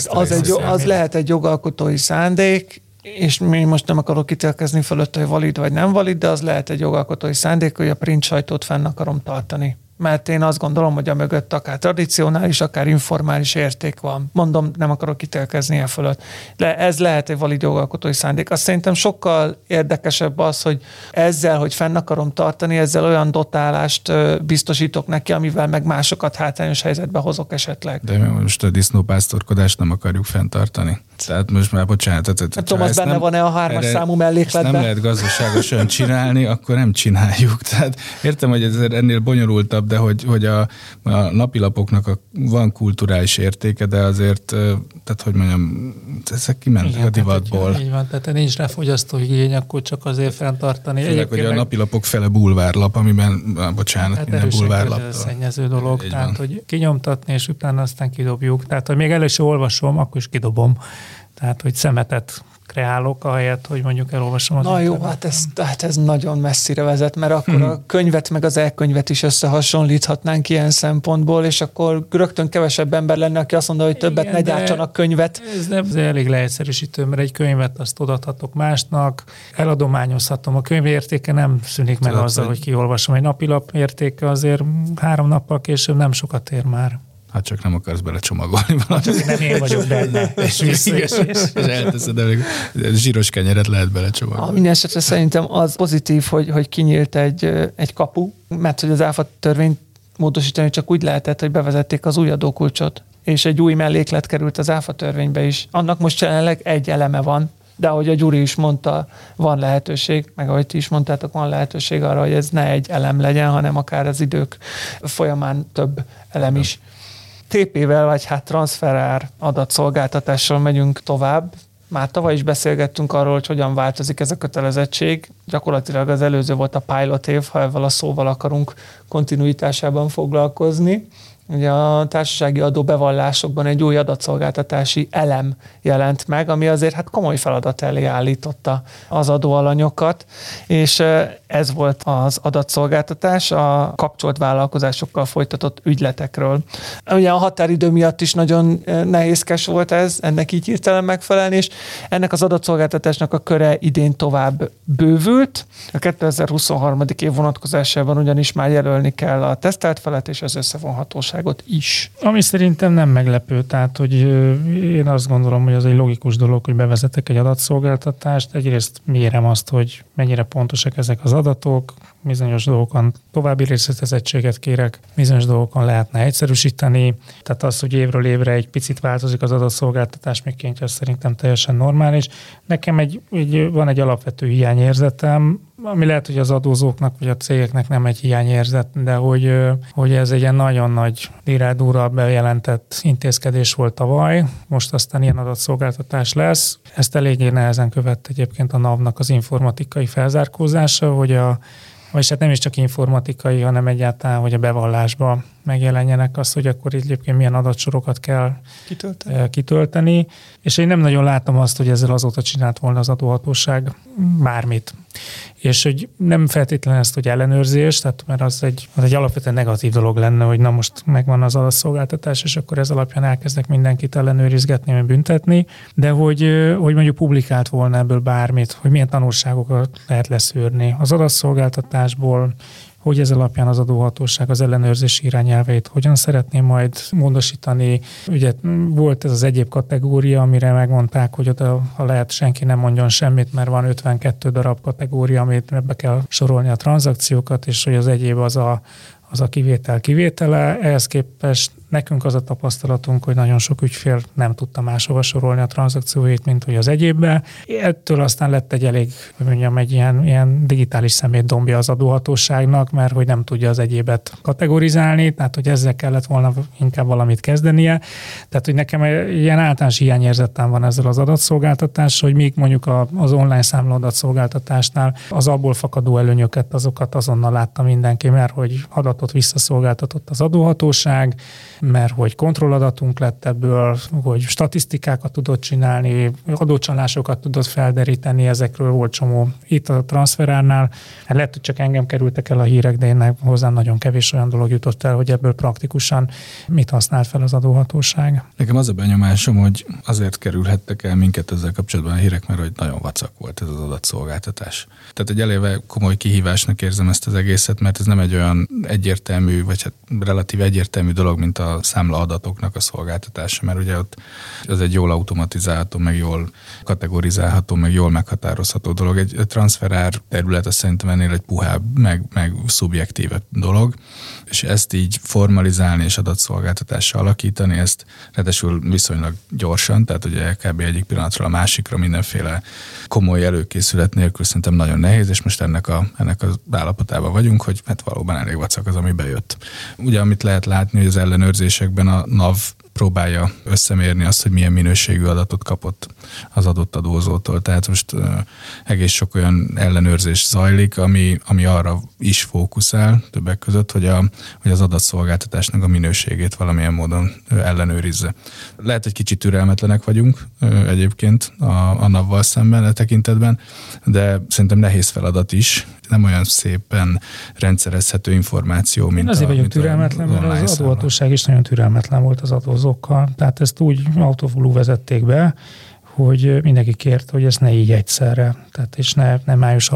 Speaker 3: Az lehet egy jogalkotói szándék, és mi most nem akarok ítélkezni fölött, hogy valid vagy nem valid, de az lehet egy jogalkotói szándék, hogy a print sajtót fenn akarom tartani. Mert én azt gondolom, hogy a mögött akár tradicionális, akár informális érték van. Mondom, nem akarok ítélkezni e fölött. De ez lehet egy valid jogalkotói szándék. Azt szerintem sokkal érdekesebb az, hogy ezzel, hogy fenn akarom tartani, ezzel olyan dotálást biztosítok neki, amivel meg másokat hátrányos helyzetbe hozok esetleg.
Speaker 5: De most a disznópásztorkodást nem akarjuk fenntartani. Tehát most már bocsánat.
Speaker 3: Nem tudom, az benne van-e a 3-as számú mellékletben?
Speaker 5: Nem lehet gazdaságosan csinálni, akkor nem csináljuk. Tehát értem, hogy ez ennél bonyolultabb, de hogy a napilapoknak van kulturális értéke, de azért, tehát hogy mondjam, ezek kimentek a divatból.
Speaker 4: Így van, tehát nincs rá fogyasztói igény, akkor csak azért fenntartani.
Speaker 5: Főleg, hogy a napilapok fele bulvárlap, amiben, bocsánat,
Speaker 4: hát
Speaker 5: minden bulvárlap.
Speaker 4: Ez szennyező dolog, tehát hogy kinyomtatni, és utána aztán kidobjuk. Tehát, hogy még először olvasom, akkor is kidobom. Tehát, hogy szemetet kreálok, ahelyett, hogy mondjuk elolvasom az
Speaker 3: Na jó, hát ez nagyon messzire vezet, mert akkor a könyvet meg az e-könyvet is összehasonlíthatnánk ilyen szempontból, és akkor rögtön kevesebb ember lenne, aki azt mondja, hogy többet ne gyártsanak könyvet.
Speaker 4: Ez elég leegyszerűsítő, mert egy könyvet azt odaadhatok másnak, eladományozhatom. A könyv értéke nem szűnik meg azzal, hogy kiolvasom. Egy napilap értéke azért 3 nappal később nem sokat ér már.
Speaker 5: Hát csak nem akarsz belecsomagolni valamit.
Speaker 4: Nem én vagyok benne.
Speaker 5: És elteszed, zsíros kenyeret lehet belecsomagolni.
Speaker 3: Minden esetre szerintem az pozitív, hogy kinyílt egy kapu, mert hogy az áfa törvényt módosítani csak úgy lehetett, hogy bevezették az új adókulcsot, és egy új melléklet került az áfa törvénybe is. Annak most jelenleg egy eleme van, de ahogy a Gyuri is mondta, van lehetőség, meg ahogy ti is mondtátok, van lehetőség arra, hogy ez ne egy elem legyen, hanem akár az idők folyamán több elem is. TP-vel, vagy hát transferár adatszolgáltatással megyünk tovább. Már tavaly is beszélgettünk arról, hogy hogyan változik ez a kötelezettség. Gyakorlatilag az előző volt a pilot év, ha ezzel a szóval akarunk kontinuitásában foglalkozni. ugye a társasági adóbevallásokban egy új adatszolgáltatási elem jelent meg, ami azért hát komoly feladat elé állította az adóalanyokat, és ez volt az adatszolgáltatás a kapcsolt vállalkozásokkal folytatott ügyletekről. Ugye a határidő miatt is nagyon nehézkes volt ennek így hirtelen megfelelni, és ennek az adatszolgáltatásnak a köre idén tovább bővült. A 2023. év vonatkozásában ugyanis már jelölni kell a tesztelt felet és az összevonhatóságot is.
Speaker 4: Ami szerintem nem meglepő, tehát hogy én azt gondolom, hogy az egy logikus dolog, hogy bevezetek egy adatszolgáltatást. Egyrészt mérem azt, hogy mennyire pontosak ezek az adatok, bizonyos dolgokon további részletezettséget kérek, bizonyos dolgokon lehetne egyszerűsíteni. Tehát az, hogy évről évre egy picit változik az adatszolgáltatás mikéntje, az szerintem teljesen normális. Nekem van egy alapvető hiányérzetem, ami lehet, hogy az adózóknak vagy a cégeknek nem egy hiányérzet, de hogy ez egy ilyen nagyon nagy lirádúra bejelentett intézkedés volt tavaly, most aztán ilyen adatszolgáltatás lesz. Ezt eléggé nehezen követte egyébként a NAV-nak az informatikai felzárkózása, vagyis hát nem is csak informatikai, hanem egyáltalán, hogy a bevallásba megjelenjenek azt, hogy akkor egyébként milyen adatsorokat kell kitölteni. És én nem nagyon látom azt, hogy ezzel azóta csinált volna az adóhatóság bármit. És hogy nem feltétlenül ezt, hogy ellenőrzés, tehát mert az egy alapvetően negatív dolog lenne, hogy na most megvan az adatszolgáltatás, és akkor ez alapján elkezdek mindenkit ellenőrizgetni, vagy büntetni, de hogy mondjuk publikált volna ebből bármit, hogy milyen tanulságokat lehet leszűrni az adatszolgáltatásból, hogy ez alapján az adóhatóság az ellenőrzési irányelveit hogyan szeretné majd módosítani. Ugye volt ez az egyéb kategória, amire megmondták, hogy oda, ha lehet, senki nem mondjon semmit, mert van 52 darab kategória, amit be kell sorolni a tranzakciókat, és hogy az egyéb az a kivétele. Ehhez képest nekünk az a tapasztalatunk, hogy nagyon sok ügyfél nem tudta máshova sorolni a tranzakcióit, mint hogy az egyébbe. Ettől aztán lett egy elég, hogy mondjam, egy ilyen digitális szemétdombja az adóhatóságnak, mert hogy nem tudja az egyébet kategorizálni, tehát hogy ezzel kellett volna inkább valamit kezdenie. Tehát, hogy nekem ilyen általános hiányérzetem van ezzel az adatszolgáltatással, hogy még mondjuk az online számla adatszolgáltatásnál az abból fakadó előnyöket, azokat azonnal látta mindenki, mert hogy adatot visszaszolgáltatott az adóhatóság, mert hogy kontrolladatunk lett ebből, hogy statisztikákat tudott csinálni, adócsalásokat tudott felderíteni, ezekről volt csomó itt a Transferárnál. Hát lehet, hogy csak engem kerültek el a hírek, de én hozzám nagyon kevés olyan dolog jutott el, hogy ebből praktikusan mit használt fel az adóhatóság.
Speaker 5: Nekem az a benyomásom, hogy azért kerülhettek el minket ezzel kapcsolatban a hírek, mert hogy nagyon vacak volt ez az adatszolgáltatás. Tehát egy eléve komoly kihívásnak érzem ezt az egészet, mert ez nem egy olyan egyértelmű, vagy hát relatív egyértelmű dolog, mint a számla adatoknak a szolgáltatása, mert ugye ott ez egy jól automatizálható, meg jól kategorizálható, meg jól meghatározható dolog. Egy transferár terület azt szerintem ennél egy puhább, meg szubjektívebb dolog, és ezt így formalizálni és adatszolgáltatással alakítani, ezt ráadásul viszonylag gyorsan, tehát ugye kb. Egyik pillanatról a másikra mindenféle komoly előkészület nélkül szerintem nagyon nehéz, és most ennek az állapotában vagyunk, hogy hát valóban elég vacak az, ami bejött. Ugye, amit lehet látni, hogy az ellenőrzésekben a NAV próbálja összemérni azt, hogy milyen minőségű adatot kapott az adott adózótól. Tehát most egész sok olyan ellenőrzés zajlik, ami arra is fókuszál többek között, hogy az adatszolgáltatásnak a minőségét valamilyen módon ellenőrizze. Lehet, hogy kicsit türelmetlenek vagyunk egyébként a NAV-val szemben a tekintetben, de szerintem nehéz feladat is. Nem olyan szépen rendszerezhető információ, mint
Speaker 4: azért vagyok türelmetlen, mert az adóhatóság is nagyon türelmetlen volt az adózókkal. Tehát ezt úgy autovolú vezették be, hogy mindenki kért, hogy ezt ne így egyszerre. Tehát és ne május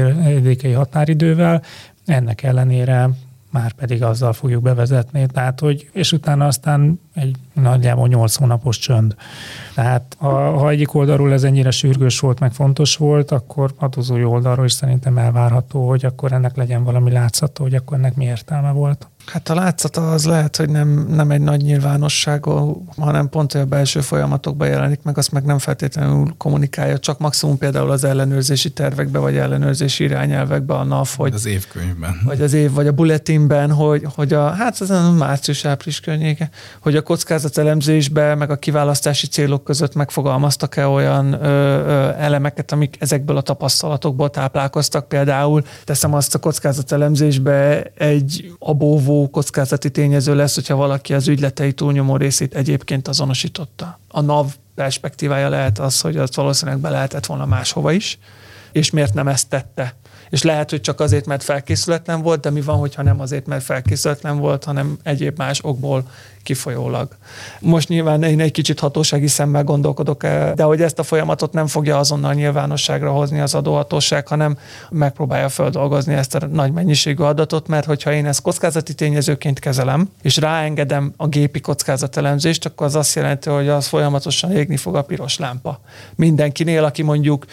Speaker 4: 31-i határidővel, ennek ellenére már pedig azzal fogjuk bevezetni. Tehát, hogy, és utána aztán egy nagyjából 8 hónapos csönd. Tehát ha egyik oldalról ez ennyire sürgős volt, meg fontos volt, akkor adózói oldalról is szerintem elvárható, hogy akkor ennek legyen valami látszata, hogy akkor ennek mi értelme volt.
Speaker 3: Hát a látszata az lehet, hogy nem egy nagy nyilvánosságú, hanem pont a belső folyamatokban jelenik meg, azt meg nem feltétlenül kommunikálja, csak maximum például az ellenőrzési tervekbe, vagy ellenőrzési irányelvekbe a NAV, hogy
Speaker 5: az évkönyvben.
Speaker 3: Vagy a bulletinben, hogy hát az a március-április környéke, hogy a kockázatelemzésbe, meg a kiválasztási célok között megfogalmaztak-e olyan elemeket, amik ezekből a tapasztalatokból táplálkoztak. Például teszem azt, a kockázatelemzésbe egy abóvó óvó kockázati tényező lesz, hogyha valaki az ügyletei túlnyomó részét egyébként azonosította. A NAV perspektívája lehet az, hogy az valószínűleg be lehetett volna máshova is, és miért nem ezt tette. És lehet, hogy csak azért, mert felkészületlen volt, de mi van, hogyha nem azért, mert felkészületlen volt, hanem egyéb más okból kifolyólag. Most nyilván én egy kicsit hatósági szemmel gondolkodok, de hogy ezt a folyamatot nem fogja azonnal nyilvánosságra hozni az adóhatóság, hanem megpróbálja feldolgozni ezt a nagy mennyiségű adatot, mert hogyha én ezt kockázati tényezőként kezelem, és ráengedem a gépi kockázatelemzést, akkor az azt jelenti, hogy az folyamatosan égni fog a piros lámpa. Mindenkinél, aki mondjuk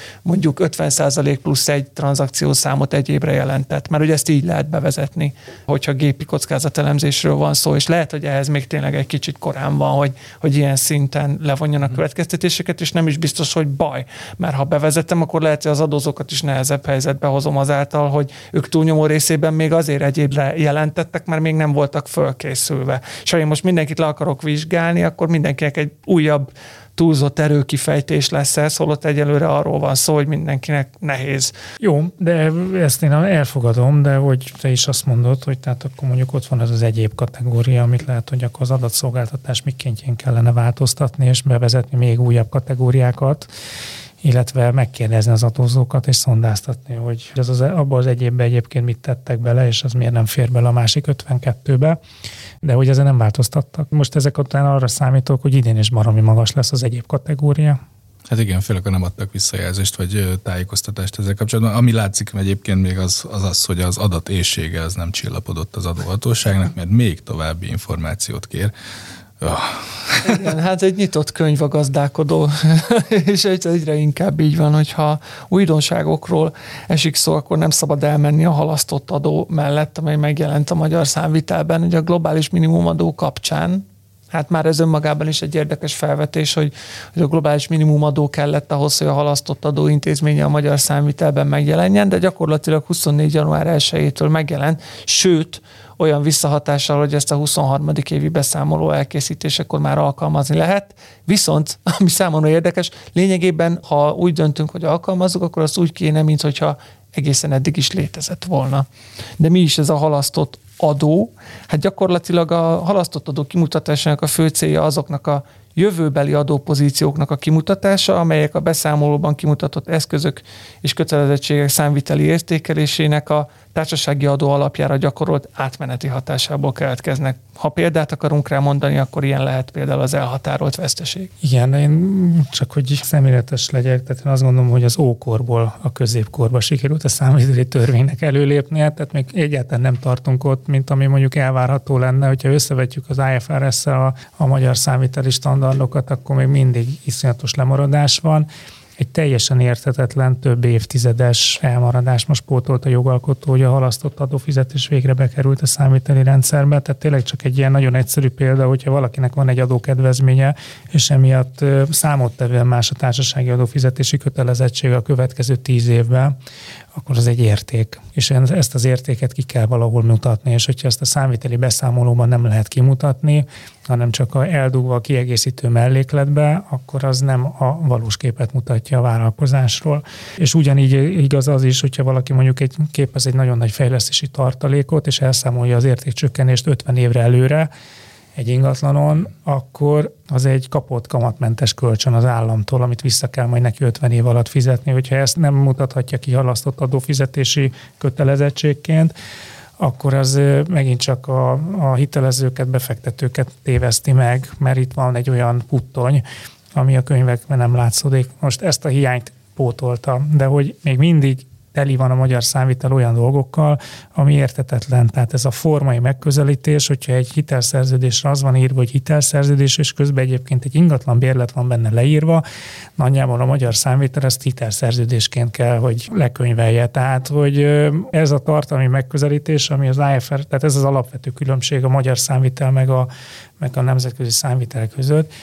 Speaker 3: 50% plusz egy tranzakciószámot egy évre jelentett, mert ugye ezt így lehet bevezetni, hogyha gépi kockázatelemzésről van szó, és lehet, hogy ehhez még tényleg egy kicsit korán van, hogy ilyen szinten levonjanak következtetéseket, és nem is biztos, hogy baj. Mert ha bevezetem, akkor lehet, hogy az adózókat is nehezebb helyzetbe hozom azáltal, hogy ők túlnyomó részében még azért egyébre jelentettek, mert még nem voltak fölkészülve. És ha én most mindenkit le akarok vizsgálni, akkor mindenkinek egy újabb túlzott erőkifejtés lesz ez, holott egyelőre arról van szó, hogy mindenkinek nehéz.
Speaker 4: Jó, de ezt én elfogadom, de hogy te is azt mondod, hogy tehát akkor mondjuk ott van az egyéb kategória, amit lehet, hogy akkor az adatszolgáltatás mikéntjén kellene változtatni, és bevezetni még újabb kategóriákat, illetve megkérdezni az adózókat, és szondáztatni, hogy abban az egyébben egyébként mit tettek bele, és az miért nem fér bele a másik 52-be, de hogy ezen nem változtattak. Most ezek után arra számítok, hogy idén is baromi magas lesz az egyéb kategória.
Speaker 5: Hát igen, főleg nem adtak visszajelzést, vagy tájékoztatást ezzel kapcsolatban. Ami látszik egyébként még az, hogy az adat éhsége az nem csillapodott az adóhatóságnak, mert még további információt kér. Oh.
Speaker 3: Igen, hát egy nyitott könyv a gazdálkodó, és egyre inkább így van, hogyha újdonságokról esik szó, akkor nem szabad elmenni a halasztott adó mellett, amely megjelent a magyar számvitelben, ugye a globális minimumadó kapcsán. Hát már ez önmagában is egy érdekes felvetés, hogy a globális minimumadó kellett ahhoz, hogy a halasztott adó intézménye a magyar számvitelben megjelenjen, de gyakorlatilag 24. január 1-től megjelent, sőt, olyan visszahatással, hogy ezt a 23. évi beszámoló elkészítésekor már alkalmazni lehet. Viszont, ami számomra érdekes, lényegében, ha úgy döntünk, hogy alkalmazzuk, akkor az úgy kéne, mintha egészen eddig is létezett volna. De mi is ez a halasztott adó? Hát gyakorlatilag a halasztott adó kimutatásának a fő célja azoknak a jövőbeli adópozícióknak a kimutatása, amelyek a beszámolóban kimutatott eszközök és kötelezettségek számviteli értékelésének a társasági adó alapjára gyakorolt átmeneti hatásából keletkeznek. Ha példát akarunk rá mondani, akkor ilyen lehet például az elhatárolt veszteség.
Speaker 4: Igen, én csak hogy szemléletes legyek, tehát én azt gondolom, hogy az ókorból a középkorba sikerült a számviteli törvénynek előlépnie, tehát még egyáltalán nem tartunk ott, mint ami mondjuk elvárható lenne, hogyha összevetjük az IFRS-szel a magyar számviteli standardokat, akkor még mindig iszonyatos lemaradás van. Egy teljesen érthetetlen, több évtizedes elmaradás most pótolt a jogalkotó, hogy a halasztott adófizetés végre bekerült a számviteli rendszerbe. Tehát tényleg csak egy ilyen nagyon egyszerű példa, hogyha valakinek van egy adókedvezménye, és emiatt számottevően más a társasági adófizetési kötelezettsége a következő 10 évben, akkor az egy érték. És ezt az értéket ki kell valahol mutatni, és hogyha ezt a számviteli beszámolóban nem lehet kimutatni, hanem csak eldugva a kiegészítő mellékletbe, akkor az nem a valós képet mutatja a vállalkozásról. És ugyanígy igaz az is, hogyha valaki mondjuk képez egy nagyon nagy fejlesztési tartalékot, és elszámolja az értékcsökkenést 50 évre előre, egy ingatlanon, akkor az egy kapott kamatmentes kölcsön az államtól, amit vissza kell majd neki 50 év alatt fizetni. Hogyha ezt nem mutathatja ki halasztott adófizetési kötelezettségként, akkor az megint csak a hitelezőket, befektetőket téveszti meg, mert itt van egy olyan puttony, ami a könyvekben nem látszódik. Most ezt a hiányt pótolta, de hogy még mindig teli van a magyar számvitel olyan dolgokkal, ami érthetetlen. Tehát ez a formai megközelítés, hogyha egy hitelszerződésre az van írva, hogy hitelszerződés, és közben egyébként egy ingatlan bérlet van benne leírva, nagyjából a magyar számvitel ezt hitelszerződésként kell, hogy lekönyvelje. Tehát, hogy ez a tartalmi megközelítés, ami az IFR, tehát ez az alapvető különbség a magyar számvitel meg a nemzetközi számvitel között,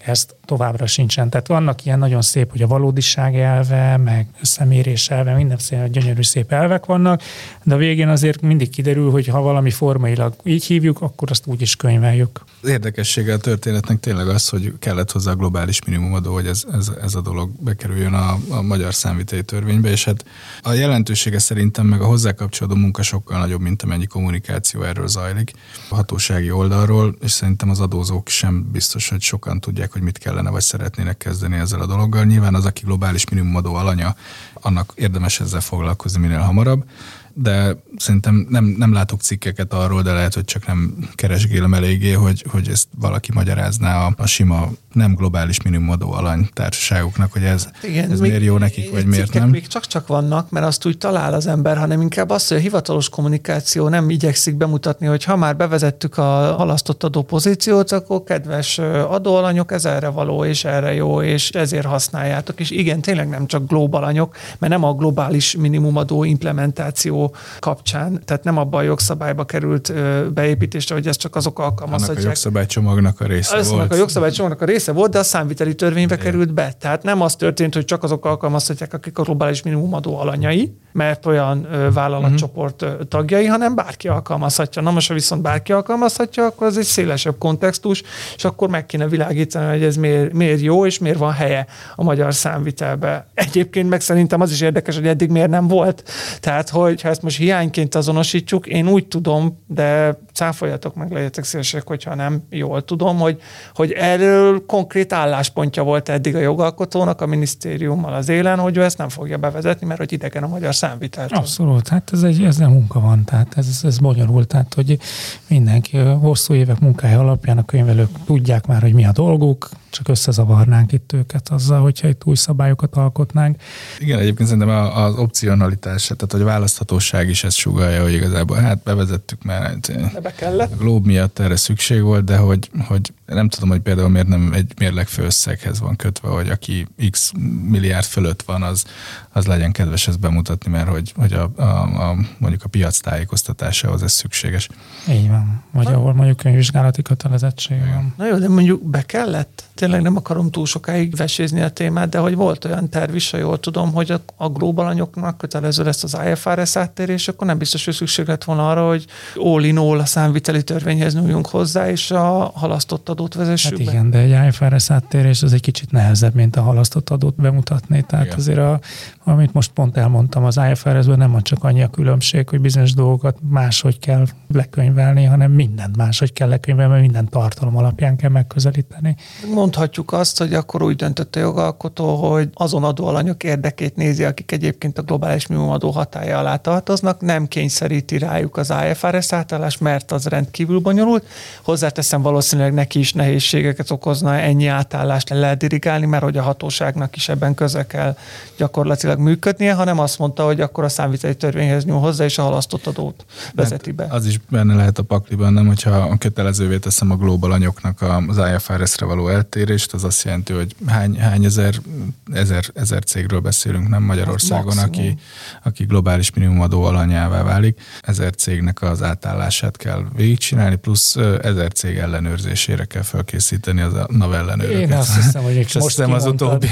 Speaker 4: ezt továbbra sincsen. Tehát vannak ilyen nagyon szép, hogy a valódiság elve, meg összemérés elve, mindenféle gyönyörű szép elvek vannak, de a végén azért mindig kiderül, hogy ha valami formailag így hívjuk, akkor azt úgy is könyveljük.
Speaker 5: Az érdekessége a történetnek tényleg az, hogy kellett hozzá a globális minimumadó, hogy ez a dolog bekerüljön a magyar számviteli törvénybe, és hát a jelentősége szerintem meg a hozzá kapcsolódó munka sokkal nagyobb, mint amennyi kommunikáció erről zajlik a hatósági oldalról, és szerintem az adózók sem biztos, hogy sokan tudják, hogy mit kellene vagy szeretnének kezdeni ezzel a dologgal. Nyilván az, aki globális minimumadó alanya, annak érdemes ezzel foglalkozni minél hamarabb, de szerintem nem látok cikkeket arról, de lehet, hogy csak nem keresgélem eléggé, hogy ezt valaki magyarázná a sima nem globális minimumadó alany társaságoknak, hogy ez miért jó nekik, vagy miért nem.
Speaker 3: Még csak vannak, mert azt úgy talál az ember, hanem inkább azt, hogy a hivatalos kommunikáció nem igyekszik bemutatni, hogy ha már bevezettük a halasztott adópozíciót, akkor kedves adóalanyok, ez erre való, és erre jó, és ezért használjátok. És igen, tényleg nem csak globálanyok, mert nem a globális minimumadó implementáció kapcsán, tehát nem abban a jogszabályba került beépítésre, hogy ezt csak azok alkalmazhatják.
Speaker 5: Annak a jogszabálycsomagnak a része volt.
Speaker 3: A jogszabálycsomagnak a része volt, de a számviteli törvénybe került be. Tehát nem az történt, hogy csak azok alkalmazhatják, akik a globális minimumadó alanyai, mert olyan vállalatcsoport tagjai, hanem bárki alkalmazhatja. Na most, ha viszont bárki alkalmazhatja, akkor ez egy szélesebb kontextus, és akkor meg kéne világítani, hogy ez miért jó, és miért van helye a magyar számvitelbe. Egyébként meg szerintem az is érdekes, hogy eddig miért nem volt. Tehát, hogyha ezt most hiányként azonosítjuk, én úgy tudom, de cáfoljatok meg, legyetek szívesek, hogyha nem jól tudom, hogy erről konkrét álláspontja volt eddig a jogalkotónak, a minisztériummal az élen, hogy ő ezt nem fogja bevezetni, mert hogy idegen a magyar számviteltől.
Speaker 4: Abszolút, hát ez nem munka van, tehát ez bonyolult, tehát hogy mindenki hosszú évek munkája alapján a könyvelők tudják már, hogy mi a dolguk, csak összezavarnánk itt őket azzal, hogyha itt új szabályokat alkotnánk.
Speaker 5: Igen, egyébként szerintem az opcionalitás, tehát hogy a választhatóság is ezt sugallja, hogy igazából hát bevezettük már.
Speaker 3: Be kellett.
Speaker 5: A Globe miatt erre szükség volt, de hogy nem tudom, hogy például miért nem egy mérlegfő összeghez van kötve, hogy aki x milliárd fölött van, az legyen kedves ezt bemutatni, mert hogy mondjuk a piac tájékoztatásához ez szükséges.
Speaker 4: Így van. Vagy ahol mondjuk könyvvizsgálati kötelezettség van.
Speaker 3: Na jó, de mondjuk be kellett? Tényleg nem akarom túl sokáig vesézni a témát, de hogy volt olyan terv is, ha jól tudom, hogy a globálanyoknak kötelező lesz az IFRS áttérés, akkor nem biztos, hogy szükség lett volna arra, hogy all in all a számviteli törvényhez nyúljunk hozzá, és a halasztott adót vezessük
Speaker 4: be. Hát igen, de egy IFRS áttérés az egy kicsit nehezebb, mint a halasztott adót bemutatni. Tehát igen. Azért amit most pont elmondtam, az IFRS-ben nem csak annyi a különbség, hogy bizonyos dolgokat máshogy kell lekönyvelni, hanem mindent máshogy kell lekönyvelni, mert minden tartalom alapján kell megközelíteni.
Speaker 3: Mondhatjuk azt, hogy akkor úgy döntött a jogalkotó, hogy azon adóalanyok érdekét nézi, akik egyébként a globális minimumadó hatálya alá tartoznak, nem kényszeríti rájuk az IFRS átállás, mert az rendkívül bonyolult. Hozzáteszem, valószínűleg neki is nehézségeket okozna ennyi átállást lehet dirigálni, mert hogy a hatóságnak is ebben köze kell gyakorlatilag működnie, hanem azt mondta, hogy akkor a számviteli törvényhez nyúl hozzá, és a halasztott adót vezeti be.
Speaker 5: Az is benne lehet a pakliban, nem, hogyha kötelezővé teszem a globálanyoknak az IFRS-re való eltérést, az azt jelenti, hogy hány ezer cégről beszélünk, nem Magyarországon, aki globális minimumadó alanyává válik. 1000 cégnek az átállását kell végigcsinálni, plusz 1000 cég ellenőrzésére kell felkészíteni az a NAV ellenőröket.
Speaker 4: Én azt hiszem, hogy
Speaker 5: és most az utóbbi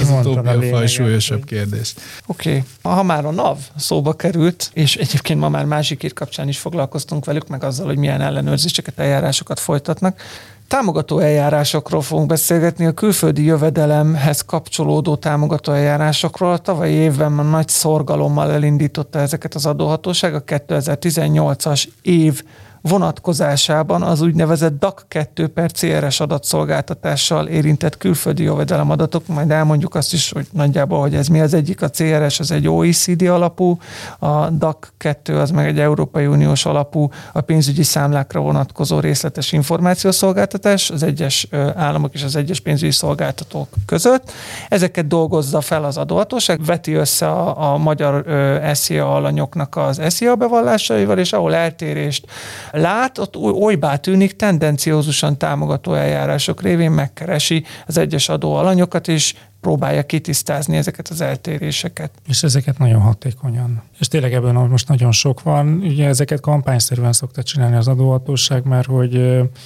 Speaker 5: a fajsúlyosabb kérdés.
Speaker 3: Oké. Ha már a NAV szóba került, és egyébként ma már másik ír kapcsán is foglalkoztunk velük, meg azzal, hogy milyen ellenőrzéseket, eljárásokat folytatnak. Támogató eljárásokról fogunk beszélgetni, a külföldi jövedelemhez kapcsolódó támogató eljárásokról. A tavalyi évben már nagy szorgalommal elindította ezeket az adóhatóság, a 2018-as év vonatkozásában az úgynevezett DAC 2 per CRS adatszolgáltatással érintett külföldi jövedelemadatok, majd elmondjuk azt is, hogy nagyjából, hogy ez mi az egyik, a CRS az egy OECD alapú, a DAC 2 az meg egy Európai Uniós alapú, a pénzügyi számlákra vonatkozó részletes információszolgáltatás az egyes államok és az egyes pénzügyi szolgáltatók között. Ezeket dolgozza fel az adóhatóság, veti össze a magyar SZIA alanyoknak az SZIA bevallásaival, és ahol eltérést lát, ott olybá tűnik, tendenciózusan támogató eljárások révén megkeresi az egyes adóalanyokat, és próbálja kitisztázni ezeket az eltéréseket.
Speaker 4: És ezeket nagyon hatékonyan. És tényleg ebben most nagyon sok van. Ugye ezeket kampányszerűen szokta csinálni az adóhatóság, mert hogy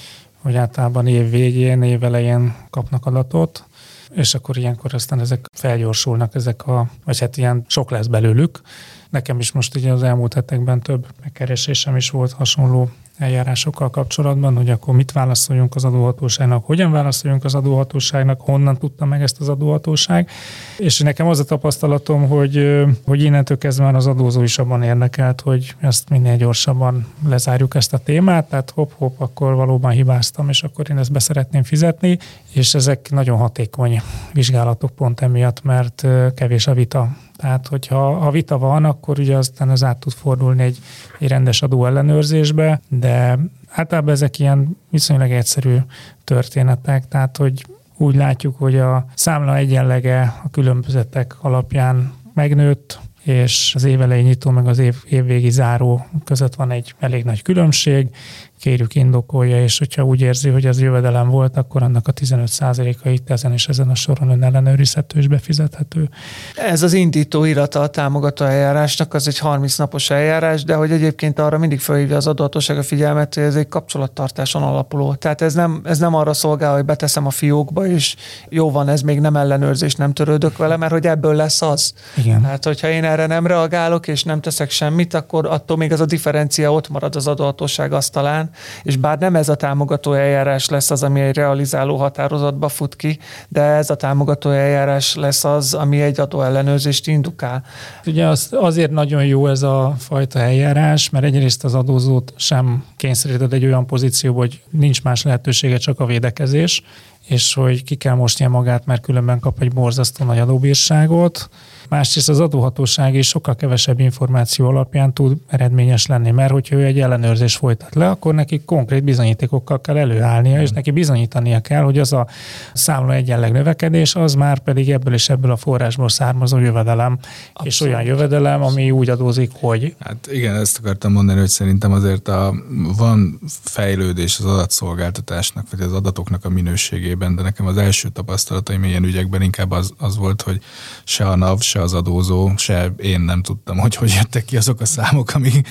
Speaker 4: hogy általában év végén, év elején kapnak adatot, és akkor ilyenkor aztán ezek felgyorsulnak, vagy hát ilyen sok lesz belőlük. Nekem is most ugye az elmúlt hetekben több megkeresésem is volt hasonló eljárásokkal kapcsolatban, hogy akkor mit válaszoljunk az adóhatóságnak, hogyan válaszoljunk az adóhatóságnak, honnan tudta meg ezt az adóhatóság. És nekem az a tapasztalatom, hogy innentől kezdve már az adózó is abban érdekelt, hogy ezt minél gyorsabban lezárjuk ezt a témát, tehát hopp, akkor valóban hibáztam, és akkor én ezt be szeretném fizetni, és ezek nagyon hatékony vizsgálatok pont emiatt, mert kevés a vita. Tehát, hogyha vita van, akkor ugye aztán ez át tud fordulni egy rendes adóellenőrzésbe, de általában ezek ilyen viszonylag egyszerű történetek, tehát, hogy úgy látjuk, hogy a számla egyenlege a különbözetek alapján megnőtt, és az évelejé nyitó meg az évvégi záró között van egy elég nagy különbség, kérjük indokolja, és hogyha úgy érzi, hogy az jövedelem volt, akkor annak a 15%-a itt ezen a soron önellenőrizhető és befizethető.
Speaker 3: Ez az indító irata a támogató eljárásnak, az egy 30 napos eljárás, de hogy egyébként arra mindig felhívja az adóhatóság a figyelmet, hogy ez egy kapcsolattartáson alapuló. Tehát ez nem arra szolgál, hogy beteszem a fiókba, és jó van, ez még nem ellenőrzés, nem törődök vele, mert hogy ebből lesz az.
Speaker 4: Igen.
Speaker 3: Tehát, hogyha én erre nem reagálok, és nem teszek semmit, akkor attól még az a differencia ott marad az adóhatóság asztalán, és bár nem ez a támogató eljárás lesz az, ami egy realizáló határozatba fut ki, de ez a támogató eljárás lesz az, ami egy adóellenőrzést indukál.
Speaker 4: Ugye azért nagyon jó ez a fajta eljárás, mert egyrészt az adózót sem kényszeríted egy olyan pozícióba, hogy nincs más lehetősége, csak a védekezés, és hogy ki kell mosnia magát, mert különben kap egy borzasztó nagy adóbírságot. Másrészt az adóhatóság is sokkal kevesebb információ alapján tud eredményes lenni, mert hogyha ő egy ellenőrzés folytat le, akkor neki konkrét bizonyítékokkal kell előállnia, és neki bizonyítania kell, hogy az a számla egyenleg növekedés, az már pedig ebből a forrásból származó jövedelem. Abszolút. És olyan jövedelem, ami úgy adózik, hogy...
Speaker 5: Hát igen, ezt akartam mondani, hogy szerintem azért van fejlődés az adatszolgáltatásnak, vagy az adatoknak a minőségében, de nekem az első tapasztalataim ilyen ügyekben inkább az volt, hogy se a NAV, se az adózó, se én nem tudtam, hogy jöttek ki azok a számok,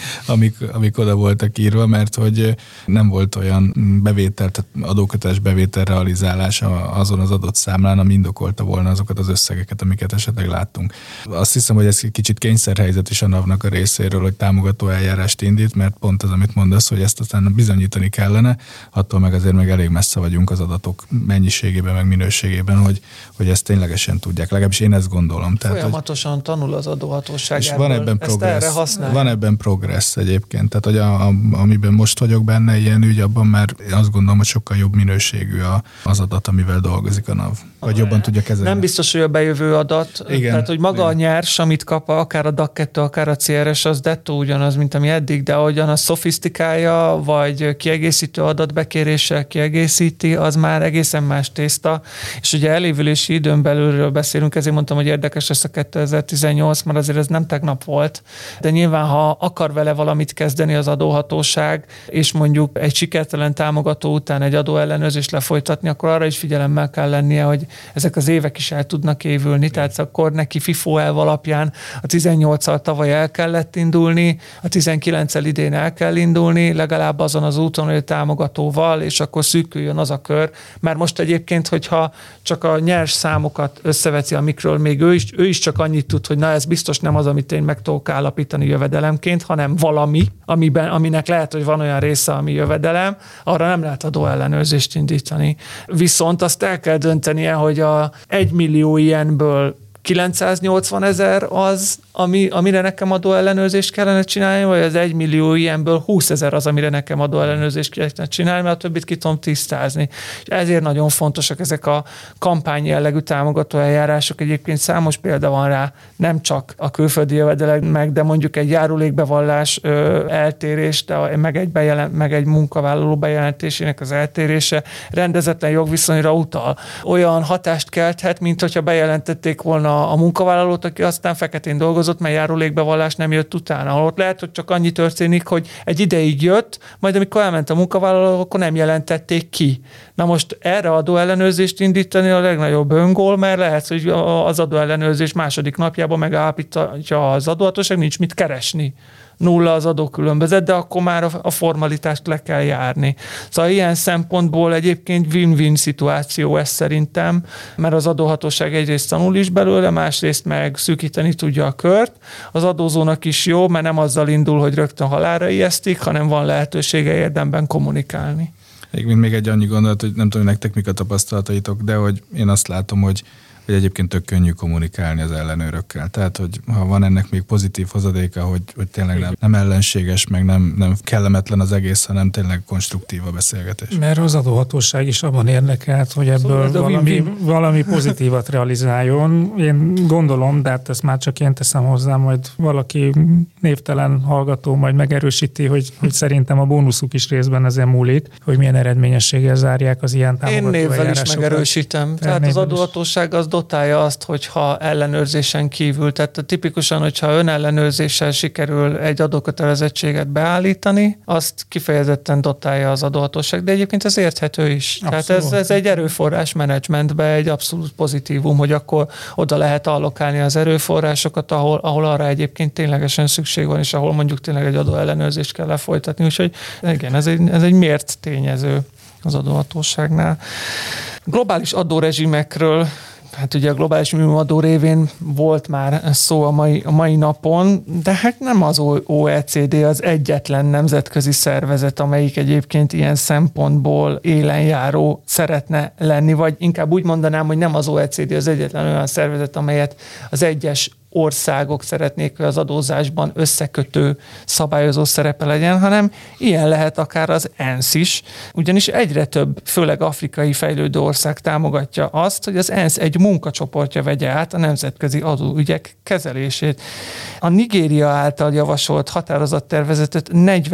Speaker 5: amik oda voltak írva, mert hogy nem volt olyan bevétel, tehát adóköteles bevétel realizálása azon az adott számlán, ami indokolta volna azokat az összegeket, amiket esetleg láttunk. Azt hiszem, hogy ez kicsit kényszerhelyzet is a NAV-nak a részéről, hogy támogató eljárást indít, mert pont az, amit mondasz, hogy ezt aztán bizonyítani kellene, attól meg azért meg elég messze vagyunk az adatok mennyiségében, meg minőségében, hogy ezt ténylegesen tudják. Legalábbis én ezt gondolom. Tehát,
Speaker 3: folyamatosan tanul az adóhatóság.
Speaker 5: És van ebben progressz egyébként. Tehát, hogy amiben most vagyok benne ilyen ügy, abban már azt gondolom, hogy sokkal jobb minőségű az adat, amivel dolgozik a NAV. Vagy jobban tudja kezelni.
Speaker 3: Nem biztos, hogy a bejövő adat. Igen. Tehát, hogy maga a nyers, amit kap, akár a DAC2, akár a CRS, az dettó ugyanaz, mint ami eddig, de ahogyan a szofisztikája, vagy kiegészítő adatbekéréssel kiegészíti, az már egészen más tészta. És ugye elévülési időn belülről beszélünk, ezért mondtam, hogy érdekes lesz a 2018, mert azért ez nem tegnap volt. De nyilván, ha akar vele valamit kezdeni az adóhatóság, és mondjuk egy sikertelen támogató után egy adóellenőrzést lefolytatni, akkor arra is figyelemmel kell lennie, hogy ezek az évek is el tudnak évülni, tehát akkor neki FIFO elv alapján a 18-al tavaly el kellett indulni, a 19-el idén el kell indulni, legalább azon az úton, hogy a támogatóval, és akkor szűküljön az a kör. Mert most egyébként, hogyha csak a nyers számokat összeveti, amikről még ő is csak annyit tud, hogy na ez biztos nem az, amit én meg tudok állapítani jövedelemként, hanem valami, aminek lehet, hogy van olyan része, ami jövedelem, arra nem lehet adóellenőrzést indítani. Viszont azt el kell döntenie, hogy a 1 millió ilyenből 980 000 az, amire nekem adóellenőrzést kellene csinálni, vagy az 1 millió ilyenből 20 000 az, amire nekem adóellenőrzést kellene csinálni, mert a többit ki tudom tisztázni. És ezért nagyon fontosak ezek a kampány jellegű támogató eljárások. Egyébként számos példa van rá, nem csak a külföldi jövedelmek, de mondjuk egy járulékbevallás eltérés, meg egy munkavállaló bejelentésének az eltérése rendezetlen jogviszonyra utal. Olyan hatást kelthet, mint hogyha bejelentették volna a munkavállalót, aki aztán feketén dolgozott, mert járulékbevallás nem jött utána. Ott lehet, hogy csak annyi történik, hogy egy ideig jött, majd amikor elment a munkavállaló, akkor nem jelentették ki. Na most erre adóellenőrzést indítani a legnagyobb öngól, mert lehet, hogy az adóellenőrzés második napjában megállapítja az adóhatóság, nincs mit keresni. nulla az adókülönbözet, de akkor már a formalitást le kell járni. Szóval ilyen szempontból egyébként win-win szituáció ez szerintem, mert az adóhatóság egyrészt tanul is belőle, másrészt meg szűkíteni tudja a kört. Az adózónak is jó, mert nem azzal indul, hogy rögtön halálra ijesztik, hanem van lehetősége érdemben kommunikálni.
Speaker 5: Még egy annyi gondolat, hogy nem tudom, hogy nektek mik a tapasztalataitok, de hogy én azt látom, hogy egyébként tök könnyű kommunikálni az ellenőrökkel. Tehát, hogy ha van ennek még pozitív hozadéka, hogy tényleg nem ellenséges, meg nem kellemetlen az egész, hanem tényleg konstruktív a beszélgetés.
Speaker 4: Mert az adóhatóság is abban érdekelt, hogy ebből valami pozitívat realizáljon. Én gondolom, de hát ezt már csak én teszem hozzá, majd valaki névtelen hallgató majd megerősíti, hogy szerintem a bónuszuk is részben ezen múlik, hogy milyen eredményességgel zárják az ilyen támogató eljárásokat.
Speaker 3: Én névvel is megerősítem. Tehát az adóhatóság az dotálja azt, hogyha ellenőrzésen kívül, tehát tipikusan, hogyha önellenőrzéssel sikerül egy adókötelezettséget beállítani, azt kifejezetten dotálja az adóhatóság, de egyébként ez érthető is. Abszolút. Tehát ez egy erőforrás menedzsmentben egy abszolút pozitívum, hogy akkor oda lehet allokálni az erőforrásokat, ahol arra egyébként ténylegesen szükség van, és ahol mondjuk tényleg egy adóellenőrzést kell lefolytatni. Úgyhogy igen, ez egy mért tényező az adóhatóságnál. Globális adórezsimekről, hát ugye a globális minimumadó révén volt már szó a mai napon, de hát nem az OECD az egyetlen nemzetközi szervezet, amelyik egyébként ilyen szempontból élenjáró szeretne lenni, vagy inkább úgy mondanám, hogy nem az OECD az egyetlen olyan szervezet, amelyet az egyes országok szeretnék, hogy az adózásban összekötő szabályozó szerepe legyen, hanem ilyen lehet akár az ENSZ is, ugyanis egyre több, főleg afrikai fejlődő ország támogatja azt, hogy az ENSZ egy munkacsoportja vegye át a nemzetközi adóügyek kezelését. A Nigéria által javasolt határozattervezetet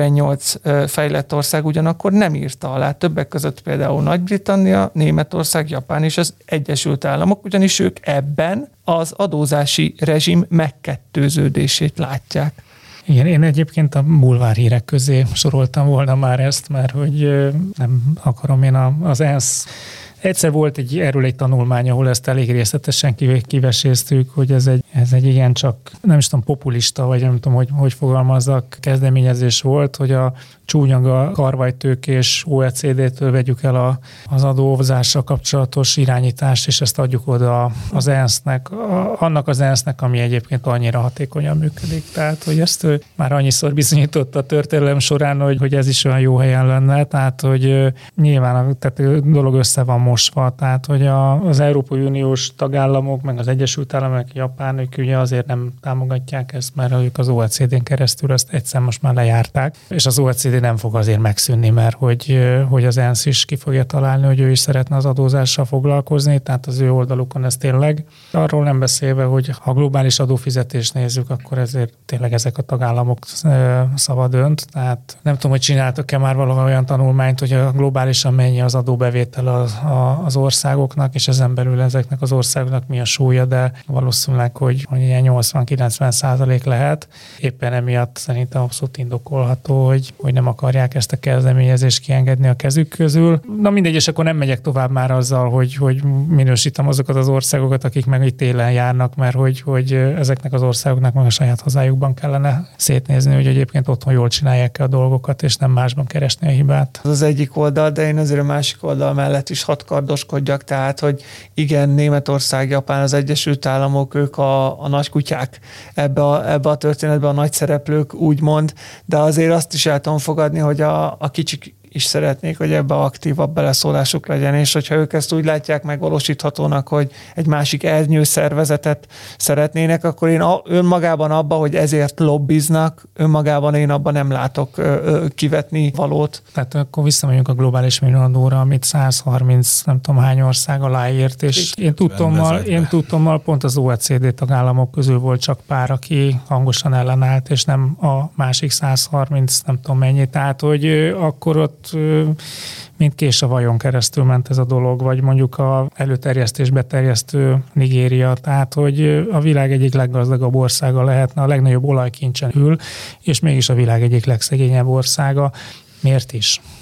Speaker 3: 48 fejlett ország ugyanakkor nem írta alá, többek között például Nagy-Britannia, Németország, Japán és az Egyesült Államok, ugyanis ők ebben az adózási rezsim megkettőződését látják.
Speaker 4: Igen, én egyébként a bulvárhírek közé soroltam volna már ezt, mert hogy nem akarom én az ENSZ. Egyszer volt erről egy tanulmány, ahol ezt elég részletesen kiveséztük, hogy ez egy igencsak, nem is tudom, populista, vagy nem tudom, hogy fogalmazzak, kezdeményezés volt, hogy a csúnyaga karvajtőkés OECD-től vegyük el az adózással kapcsolatos irányítást, és ezt adjuk oda az ENSZ-nek, annak az ENSZ-nek, ami egyébként annyira hatékonyan működik. Tehát, hogy ezt már annyiszor bizonyította a történelem során, hogy ez is olyan jó helyen lenne, tehát, hogy nyilván a dolog össze van mosva, tehát, hogy az Európai Uniós tagállamok, meg az Egyesült Államok, Japán, ők ugye azért nem támogatják ezt, mert ők az OECD-n keresztül ezt egyszer most már lejárták, és az OECD nem fog azért megszűnni, mert hogy az ENSZ is ki fogja találni, hogy ő is szeretne az adózással foglalkozni, tehát az ő oldalukon ez tényleg. Arról nem beszélve, hogy ha globális adófizetést nézzük, akkor ezért tényleg ezek a tagállamok szava dönt. Tehát nem tudom, hogy csináltok-e már valami olyan tanulmányt, hogy a globálisan mennyi az adóbevétel az országoknak, és ezen belül ezeknek az országoknak mi a súlya, de valószínűleg, hogy ilyen 80-90% lehet. Éppen emiatt szerintem abszolút indokolható, hogy nem akarják ezt a kezdeményezést kiengedni a kezük közül. Na mindegy, és akkor nem megyek tovább már azzal, hogy minősítem azokat az országokat, akik meg itt télen járnak, mert hogy ezeknek az országoknak meg a saját hazájukban kellene szétnézni, hogy egyébként otthon jól csinálják a dolgokat, és nem másban keresni a hibát.
Speaker 3: Az egyik oldal, de én azért a másik oldal mellett is hadd kardoskodjak, tehát, hogy igen, Németország, Japán, az Egyesült Államok, ők a nagy kutyák ebbe a történetben, a nagy szereplők úgymond, de azért azt is el tudom fogadni, hogy a kicsik is szeretnék, hogy ebbe aktívabb beleszólásuk legyen, és hogyha ők ezt úgy látják megvalósíthatónak, hogy egy másik ernyő szervezetet szeretnének, akkor én önmagában abba, hogy ezért lobbiznak, önmagában én abban nem látok kivetni valót.
Speaker 4: Tehát akkor visszamegyünk a globális minimumadóra, amit 130 nem tudom hány ország aláírt, és én tudtommal pont az OECD tagállamok közül volt csak pár, aki hangosan ellenállt, és nem a másik 130 nem tudom mennyi. Tehát, hogy akkor ott mint kés a vajon keresztül ment ez a dolog, vagy mondjuk a előterjesztés beterjesztő Nigéria, tehát hogy a világ egyik leggazdagabb országa lehetne, a legnagyobb olajkincsen ül, és mégis a világ egyik legszegényebb országa. Miért is?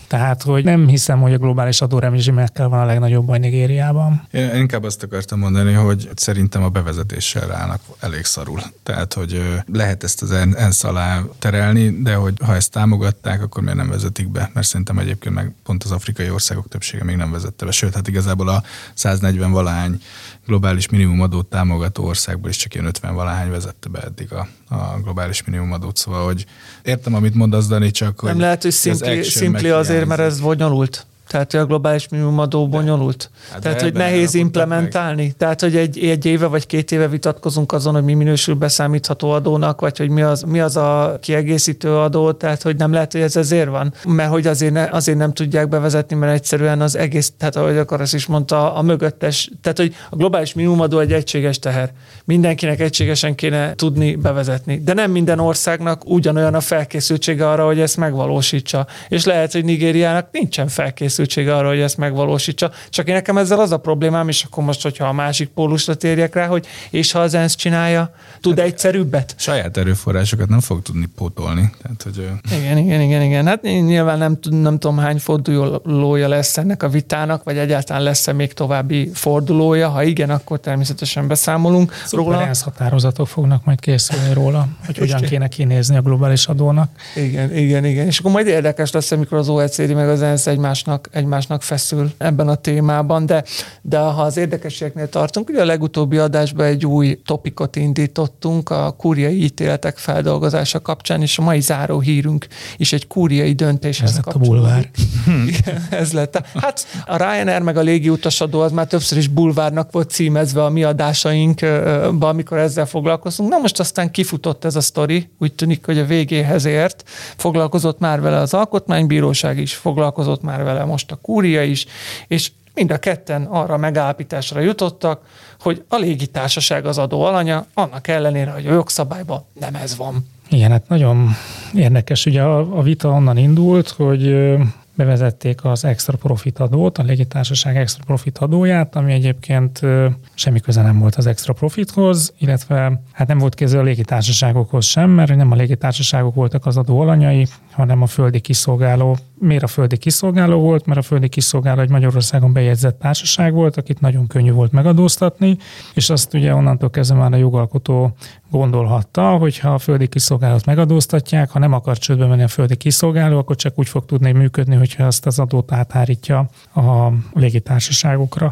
Speaker 4: Tehát, hogy nem hiszem, hogy a globális adóremzsimekkel van a legnagyobb baj Nigériában.
Speaker 5: Én inkább azt akartam mondani, hogy szerintem a bevezetéssel állnak elég szarul. Tehát, hogy lehet ezt az ENSZ alá terelni, de hogy ha ezt támogatták, akkor miért nem vezetik be? Mert szerintem egyébként meg pont az afrikai országok többsége még nem vezette be. Sőt, hát igazából a 140 valahány globális minimumadót támogató országból is csak ilyen 50 valahány vezette be eddig a globális minimumadót. Szóval, hogy értem, amit mondasz, Dani, csak
Speaker 3: nem
Speaker 5: hogy
Speaker 3: lehet, hogy szimpli azért, mert ez bonyolult. Tehát, hogy a globális minimumadó bonyolult.
Speaker 5: Hát
Speaker 3: tehát, hogy nehéz implementálni. Meg. Tehát, hogy egy éve vagy 2 éve vitatkozunk azon, hogy mi minősül beszámítható adónak, vagy hogy mi az a kiegészítő adó, tehát, hogy nem lehet, hogy ez ezért van. Mert hogy azért nem tudják bevezetni, mert egyszerűen az egész, tehát ahogy Karasz is mondta, a mögöttes, tehát, hogy a globális minimumadó egy egységes teher. Mindenkinek egységesen kéne tudni bevezetni. De nem minden országnak ugyanolyan a felkészültsége arra, hogy ezt megvalósítsa. És lehet, hogy Nigériának nincsen felkészültsége arra, hogy ezt megvalósítsa. Csak én nekem ezzel az a problémám, és akkor most, hogyha a másik pólusra térjek rá, hogy és ha az ENSZ csinálja, tud egyszerűbbet?
Speaker 5: Saját erőforrásokat nem fog tudni pótolni. Tehát, hogy
Speaker 3: Igen. Hát nyilván nem tudom, hány fordulója lesz ennek a vitának, vagy egyáltalán lesz-e még további fordulója. Ha igen, akkor természetesen beszámolunk róla.
Speaker 4: ENSZ határozatok fognak majd készülni róla, hogy hogyan kéne kinézni a globális adónak.
Speaker 3: Igen. És akkor majd érdekes lesz, amikor az OECD meg az ENSZ egymásnak feszül ebben a témában, de ha az érdekességeknél tartunk, ugye a legutóbbi adásban egy új topikot indítottunk a kúriai ítéletek feldolgozása kapcsán, és a mai záró hírünk is egy kúriai döntéshez kapcsolódik.
Speaker 4: Ez lett a bulvár.
Speaker 3: Igen, ez lett. Hát a Ryanair meg a légiutasadó az már többször is bulvárnak volt címezve a mi adásainkban, amikor ezzel foglalkoztunk. Na most aztán kifutott ez a sztori, úgy tűnik, hogy a végéhez ért. Foglalkozott már vele az Alkotmánybíróság is, foglalkozott már vele most a kúria is, és mind a ketten arra megállapításra jutottak, hogy a légitársaság az adó alanya, annak ellenére, hogy a jogszabályban nem ez van.
Speaker 4: Igen, hát nagyon érdekes. Ugye a vita onnan indult, hogy bevezették az extra profit adót, a légitársaság extra profit adóját, ami egyébként semmi köze nem volt az extra profithoz, illetve hát nem volt köze a légitársaságokhoz sem, mert nem a légitársaságok voltak az adó alanyai, hanem a földi kiszolgáló. Miért a földi kiszolgáló volt? Mert a földi kiszolgáló egy Magyarországon bejegyzett társaság volt, akit nagyon könnyű volt megadóztatni, és azt ugye onnantól kezdve már a jogalkotó gondolhatta, hogy ha a földi kiszolgálót megadóztatják, ha nem akar csődbe menni a földi kiszolgáló, akkor csak úgy fog tudni működni, hogyha azt az adót áthárítja a légitársaságokra.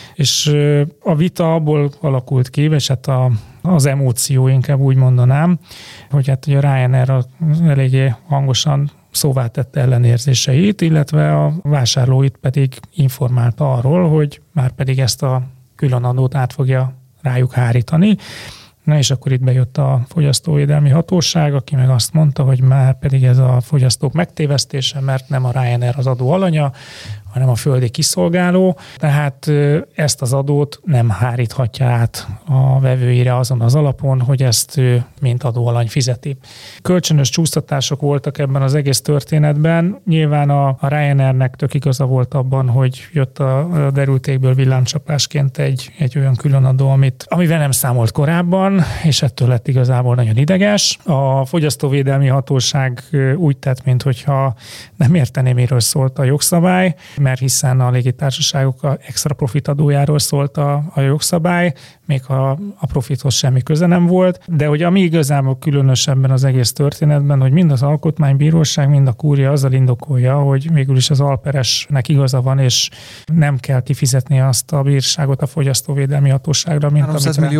Speaker 4: És a vita abból alakult ki, és hát az emóció inkább úgy mondanám, hogy hát ugye a Ryanair eléggé hangosan szóvá tette ellenérzéseit, illetve a vásárlóit pedig informálta arról, hogy már pedig ezt a külön adót át fogja rájuk hárítani. Na és akkor itt bejött a fogyasztóvédelmi hatóság, aki meg azt mondta, hogy már pedig ez a fogyasztók megtévesztése, mert nem a Ryanair az adó alanya, hanem a földi kiszolgáló, tehát ezt az adót nem háríthatja át a vevőire azon az alapon, hogy ezt ő mint adóalany fizeti. Kölcsönös csúsztatások voltak ebben az egész történetben. Nyilván a Ryanairnek tök igaza volt abban, hogy jött a derültékből villámcsapásként egy olyan különadó, amivel nem számolt korábban, és ettől lett igazából nagyon ideges. A fogyasztóvédelmi hatóság úgy tett, minthogyha nem értené, miről szólt a jogszabály, mert hiszen a légitársaságok extra profit adójáról szólt a jogszabály, még ha a profithoz semmi köze nem volt, de hogy ami igazából különösebben az egész történetben, hogy mind az Alkotmánybíróság, mind a kúria azzal indokolja, hogy végül is az alperesnek igaza van, és nem kell kifizetni azt a bírságot a fogyasztóvédelmi hatóságra, mint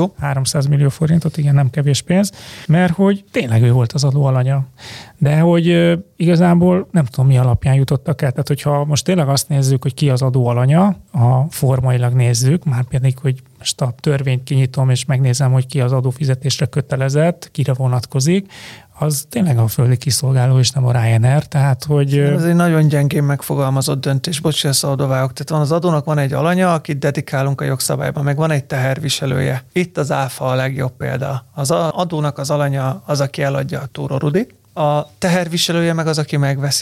Speaker 4: 300 millió forintot, igen, nem kevés pénz, mert hogy tényleg ő volt az adóalanya. De hogy igazából nem tudom, mi alapján jutottak el. Tehát, hogyha most tényleg azt nézzük, hogy ki az adóalanya, a formailag nézzük, már pedig, hogy most a törvényt kinyitom, és megnézem, hogy ki az adófizetésre kötelezett, kire vonatkozik, az tényleg a földi kiszolgáló, és nem a Ryanair, tehát hogy...
Speaker 3: Ez egy nagyon gyengén megfogalmazott döntés, bocs, hogy ezt adóvágok. Tehát az adónak van egy alanya, akit dedikálunk a jogszabályban, meg van egy teherviselője. Itt az áfa a legjobb példa. Az adónak az alanya az, aki eladja a túrorudit, a teherviselője meg az, aki megveszi.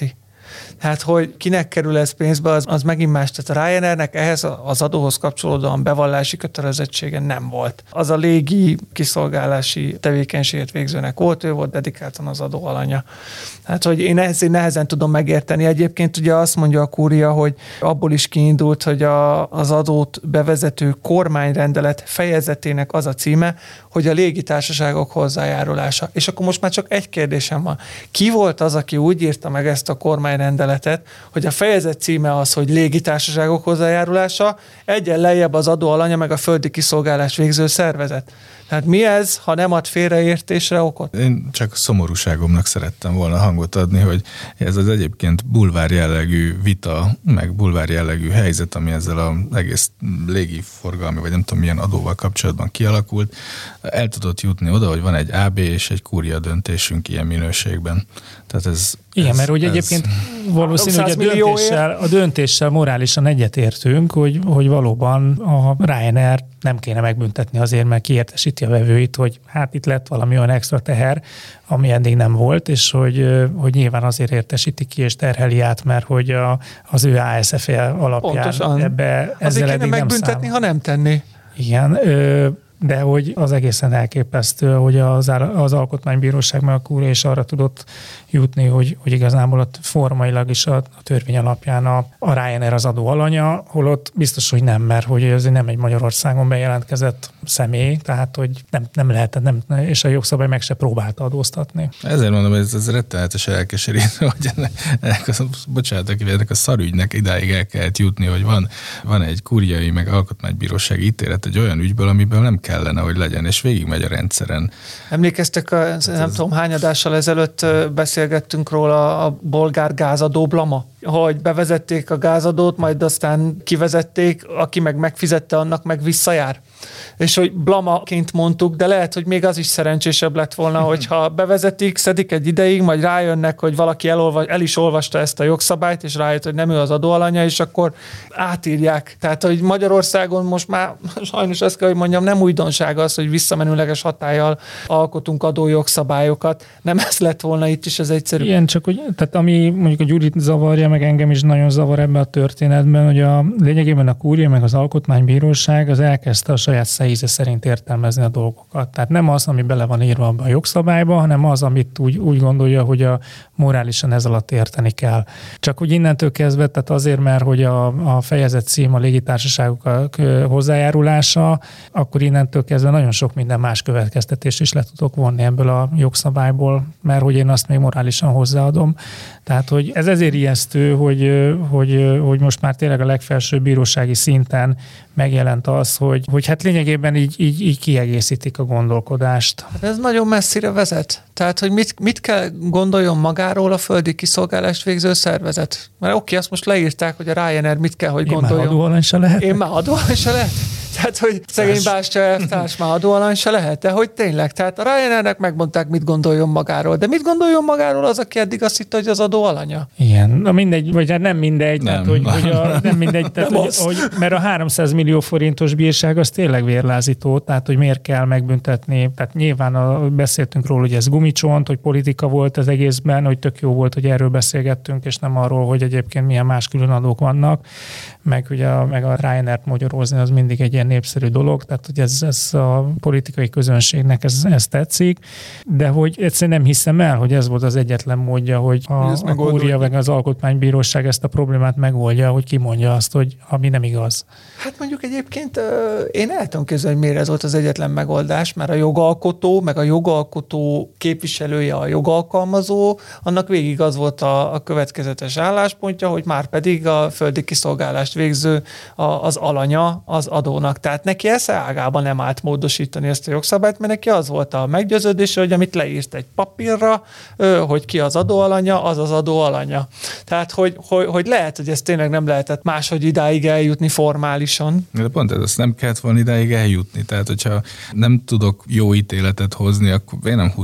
Speaker 3: Tehát, hogy kinek kerül ez pénzbe, az megint más. Tehát a Ryanairnek ehhez az adóhoz kapcsolódóan bevallási kötelezettsége nem volt. Az a légi kiszolgálási tevékenységet végzőnek volt, ő volt dedikáltan az adó alanya. Hát, hogy én ezt nehezen tudom megérteni. Egyébként ugye azt mondja a kúria, hogy abból is kiindult, hogy az adót bevezető kormányrendelet fejezetének az a címe, hogy a légitársaságok hozzájárulása. És akkor most már csak egy kérdésem van. Ki volt az, aki úgy írta meg ezt a kormányrendeletet, hogy a fejezet címe az, hogy légitársaságok hozzájárulása, egyen lejjebb az adóalanya meg a földi kiszolgálás végző szervezet. Tehát mi ez, ha nem ad félreértésre okot?
Speaker 5: Én csak szomorúságomnak szerettem volna hangot adni, hogy ez az egyébként bulvár jellegű vita, meg bulvár jellegű helyzet, ami ezzel az egész légiforgalmi, vagy nem tudom milyen adóval kapcsolatban kialakult, el tudott jutni oda, hogy van egy AB és egy kúria döntésünk ilyen minőségben. Tehát
Speaker 4: igen, mert hogy egyébként valószínű, hogy a döntéssel morálisan egyetértünk, hogy valóban a Ryanair nem kéne megbüntetni azért, mert kiértesíti a vevőit, hogy hát itt lett valami olyan extra teher, ami eddig nem volt, és hogy nyilván azért értesíti ki és terheli át, mert hogy az ő ASF-e alapján
Speaker 3: pontosan.
Speaker 4: Ezzel
Speaker 3: azért
Speaker 4: eddig
Speaker 3: kéne megbüntetni,
Speaker 4: nem
Speaker 3: ha nem tenni.
Speaker 4: Igen, de hogy az egészen elképesztő, hogy az Alkotmánybíróság meg a kúria is arra tudott jutni, hogy igazából ott formailag is a törvény alapján a Ryanair az adó alanya, holott biztos, hogy nem, mert hogy ez nem egy Magyarországon bejelentkezett személy, tehát hogy nem lehetett, és a jogszabály meg se próbálta adóztatni.
Speaker 5: Ezért mondom, hogy ez rettenetes elkeserítő, hogy ennek a szarügynek idáig el kellett jutni, hogy van egy kúriai meg alkotmánybírósági ítélet egy olyan ügyből, amiből nem kellene, hogy legyen, és végigmegy a rendszeren.
Speaker 3: Emlékeztek, nem tudom, hány adással ezelőtt beszélgettünk róla a bolgár gázadó blama, hogy bevezették a gázadót, majd aztán kivezették, aki meg megfizette, annak meg visszajár. És hogy blamaként mondtuk, de lehet, hogy még az is szerencsésebb lett volna, hogyha bevezetik, szedik egy ideig, majd rájönnek, hogy valaki el is olvasta ezt a jogszabályt, és rájött, hogy nem ő az adóalanya, és akkor átírják. Tehát, hogy Magyarországon most már sajnos azt kell, hogy mondjam, nem újdonság az, hogy visszamenőleges hatállyal alkotunk adójogszabályokat. Nem ez lett volna itt is, ez egyszerű.
Speaker 4: Igen, csak hogy, tehát ami mondjuk a Gyurit zavarja, meg engem is nagyon zavar ebben a történetben, hogy lényegében a kúria, meg az Alkotmánybíróság az elkezdte a saját íze szerint értelmezni a dolgokat. Tehát nem az, ami bele van írva abban a jogszabályban, hanem az, amit úgy gondolja, hogy morálisan ez alatt érteni kell. Csak úgy innentől kezdve, tehát azért, mert hogy a fejezet cím a légitársaságok hozzájárulása, akkor innentől kezdve nagyon sok minden más következtetést is le tudok vonni ebből a jogszabályból, mert hogy én azt még morálisan hozzáadom. Tehát, hogy ez ezért ijesztő, hogy most már tényleg a legfelsőbb bírósági szinten megjelent az, hogy hát lényegében így kiegészítik a gondolkodást.
Speaker 3: Hát ez nagyon messzire vezet. Tehát, hogy mit kell gondoljon magáról a földi kiszolgálást végző szervezet? Mert oké, azt most leírták, hogy a Ryanair mit kell, hogy gondoljon.
Speaker 4: Én már adóalany se lehet.
Speaker 3: Én már adóalany se lehet. Tehát, hogy szegény Bástya elvtárs már adóalany se lehet, de hogy tényleg. Tehát a Ryanairnek megmondták, mit gondoljon magáról. De mit gondoljon magáról az, aki eddig azt hitte, hogy az adóalanya?
Speaker 4: Igen, na mindegy, vagy hát nem mindegy.
Speaker 5: Nem,
Speaker 4: tehát, nem mindegy, tehát, mert a 300 millió forintos bírság az tényleg vérlázító, tehát hogy miért kell megbüntetni. Tehát nyilván beszéltünk róla, hogy ez gumicsont, hogy politika volt az egészben, hogy tök jó volt, hogy erről beszélgettünk, és nem arról, hogy egyébként milyen más különadók vannak, meg a Ryanair-t magyarózni, az mindig egy ilyen népszerű dolog, tehát hogy ez a politikai közönségnek ez tetszik, de hogy egyszerűen nem hiszem el, hogy ez volt az egyetlen módja, hogy a kúria meg az Alkotmánybíróság ezt a problémát megoldja, hogy kimondja azt, hogy ami nem igaz.
Speaker 3: Hát mondjuk egyébként én el tudom képzelni, hogy miért ez volt az egyetlen megoldás, mert a jogalkotó, meg a jogalkotó képviselője, a jogalkalmazó, annak végig az volt a következetes álláspontja, hogy már pedig a földi kiszolgálást végző az alanya az adónak. Tehát neki esze ágában nem állt módosítani ezt a jogszabályt, mert neki az volt a meggyőződése, hogy amit leírt egy papírra, hogy ki az adóalanya, az az adóalanya. Tehát, hogy lehet, hogy ez tényleg nem lehetett máshogy idáig eljutni formálisan.
Speaker 5: De pont ez, nem kellett volna idáig eljutni. Tehát, hogyha nem tudok jó ítéletet hozni, akkor én nem húzta be valaki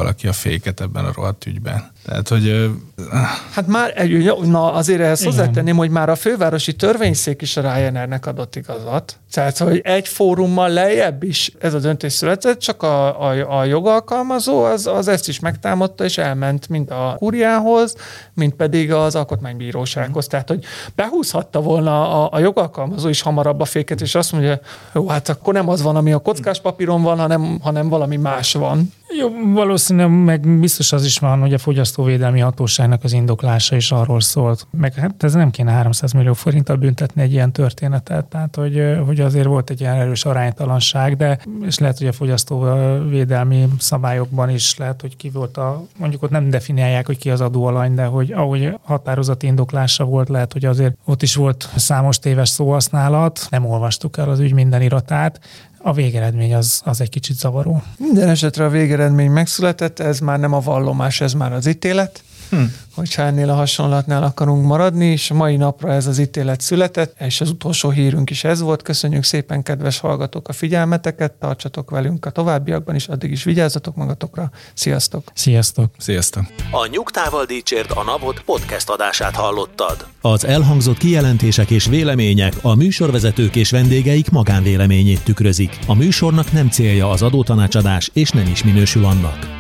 Speaker 5: valaki a féket ebben a rohadt ügyben. Tehát, hogy...
Speaker 3: Hát már azért ehhez hozzátenném, hogy már a fővárosi törvényszék is a Ryanairnek adott igazat. Tehát, hogy egy fórummal lejjebb is ez a döntés született, csak a jogalkalmazó az ezt is megtámadta, és elment mind a kúriához, mind pedig az alkotmánybírósághoz. Tehát, hogy behúzhatta volna a jogalkalmazó is hamarabb a féket, és azt mondja, jó, hát akkor nem az van, ami a kockás papíron van, hanem valami más van.
Speaker 4: Jó, valószínűleg meg biztos az is van, hogy a Fogyasztóvédelmi Hatóságnak az indoklása is arról szólt. Meg hát ez nem kéne 300 millió forinttal büntetni egy ilyen történetet, tehát hogy azért volt egy ilyen erős aránytalanság, de és lehet, hogy a fogyasztóvédelmi szabályokban is lehet, hogy ki volt mondjuk ott nem definiálják, hogy ki az adóalany, de hogy ahogy határozati indoklása volt, lehet, hogy azért ott is volt számos téves szóhasználat, nem olvastuk el az ügy minden iratát. A végeredmény az egy kicsit zavaró.
Speaker 3: Minden esetre a végeredmény megszületett, ez már nem a vallomás, ez már az ítélet. Hogyha ennél a hasonlatnál akarunk maradni, és a mai napra ez az ítélet született, és az utolsó hírünk is ez volt. Köszönjük szépen, kedves hallgatók, a figyelmeteket, tartsatok velünk a továbbiakban is, addig is vigyázzatok magatokra. Sziasztok!
Speaker 4: Sziasztok!
Speaker 5: Sziasztok!
Speaker 1: A Nyugtával Dicsért a Napot podcast adását hallottad.
Speaker 2: Az elhangzott kijelentések és vélemények a műsorvezetők és vendégeik magánvéleményét tükrözik. A műsornak nem célja az adótanácsadás, és nem is minősül annak.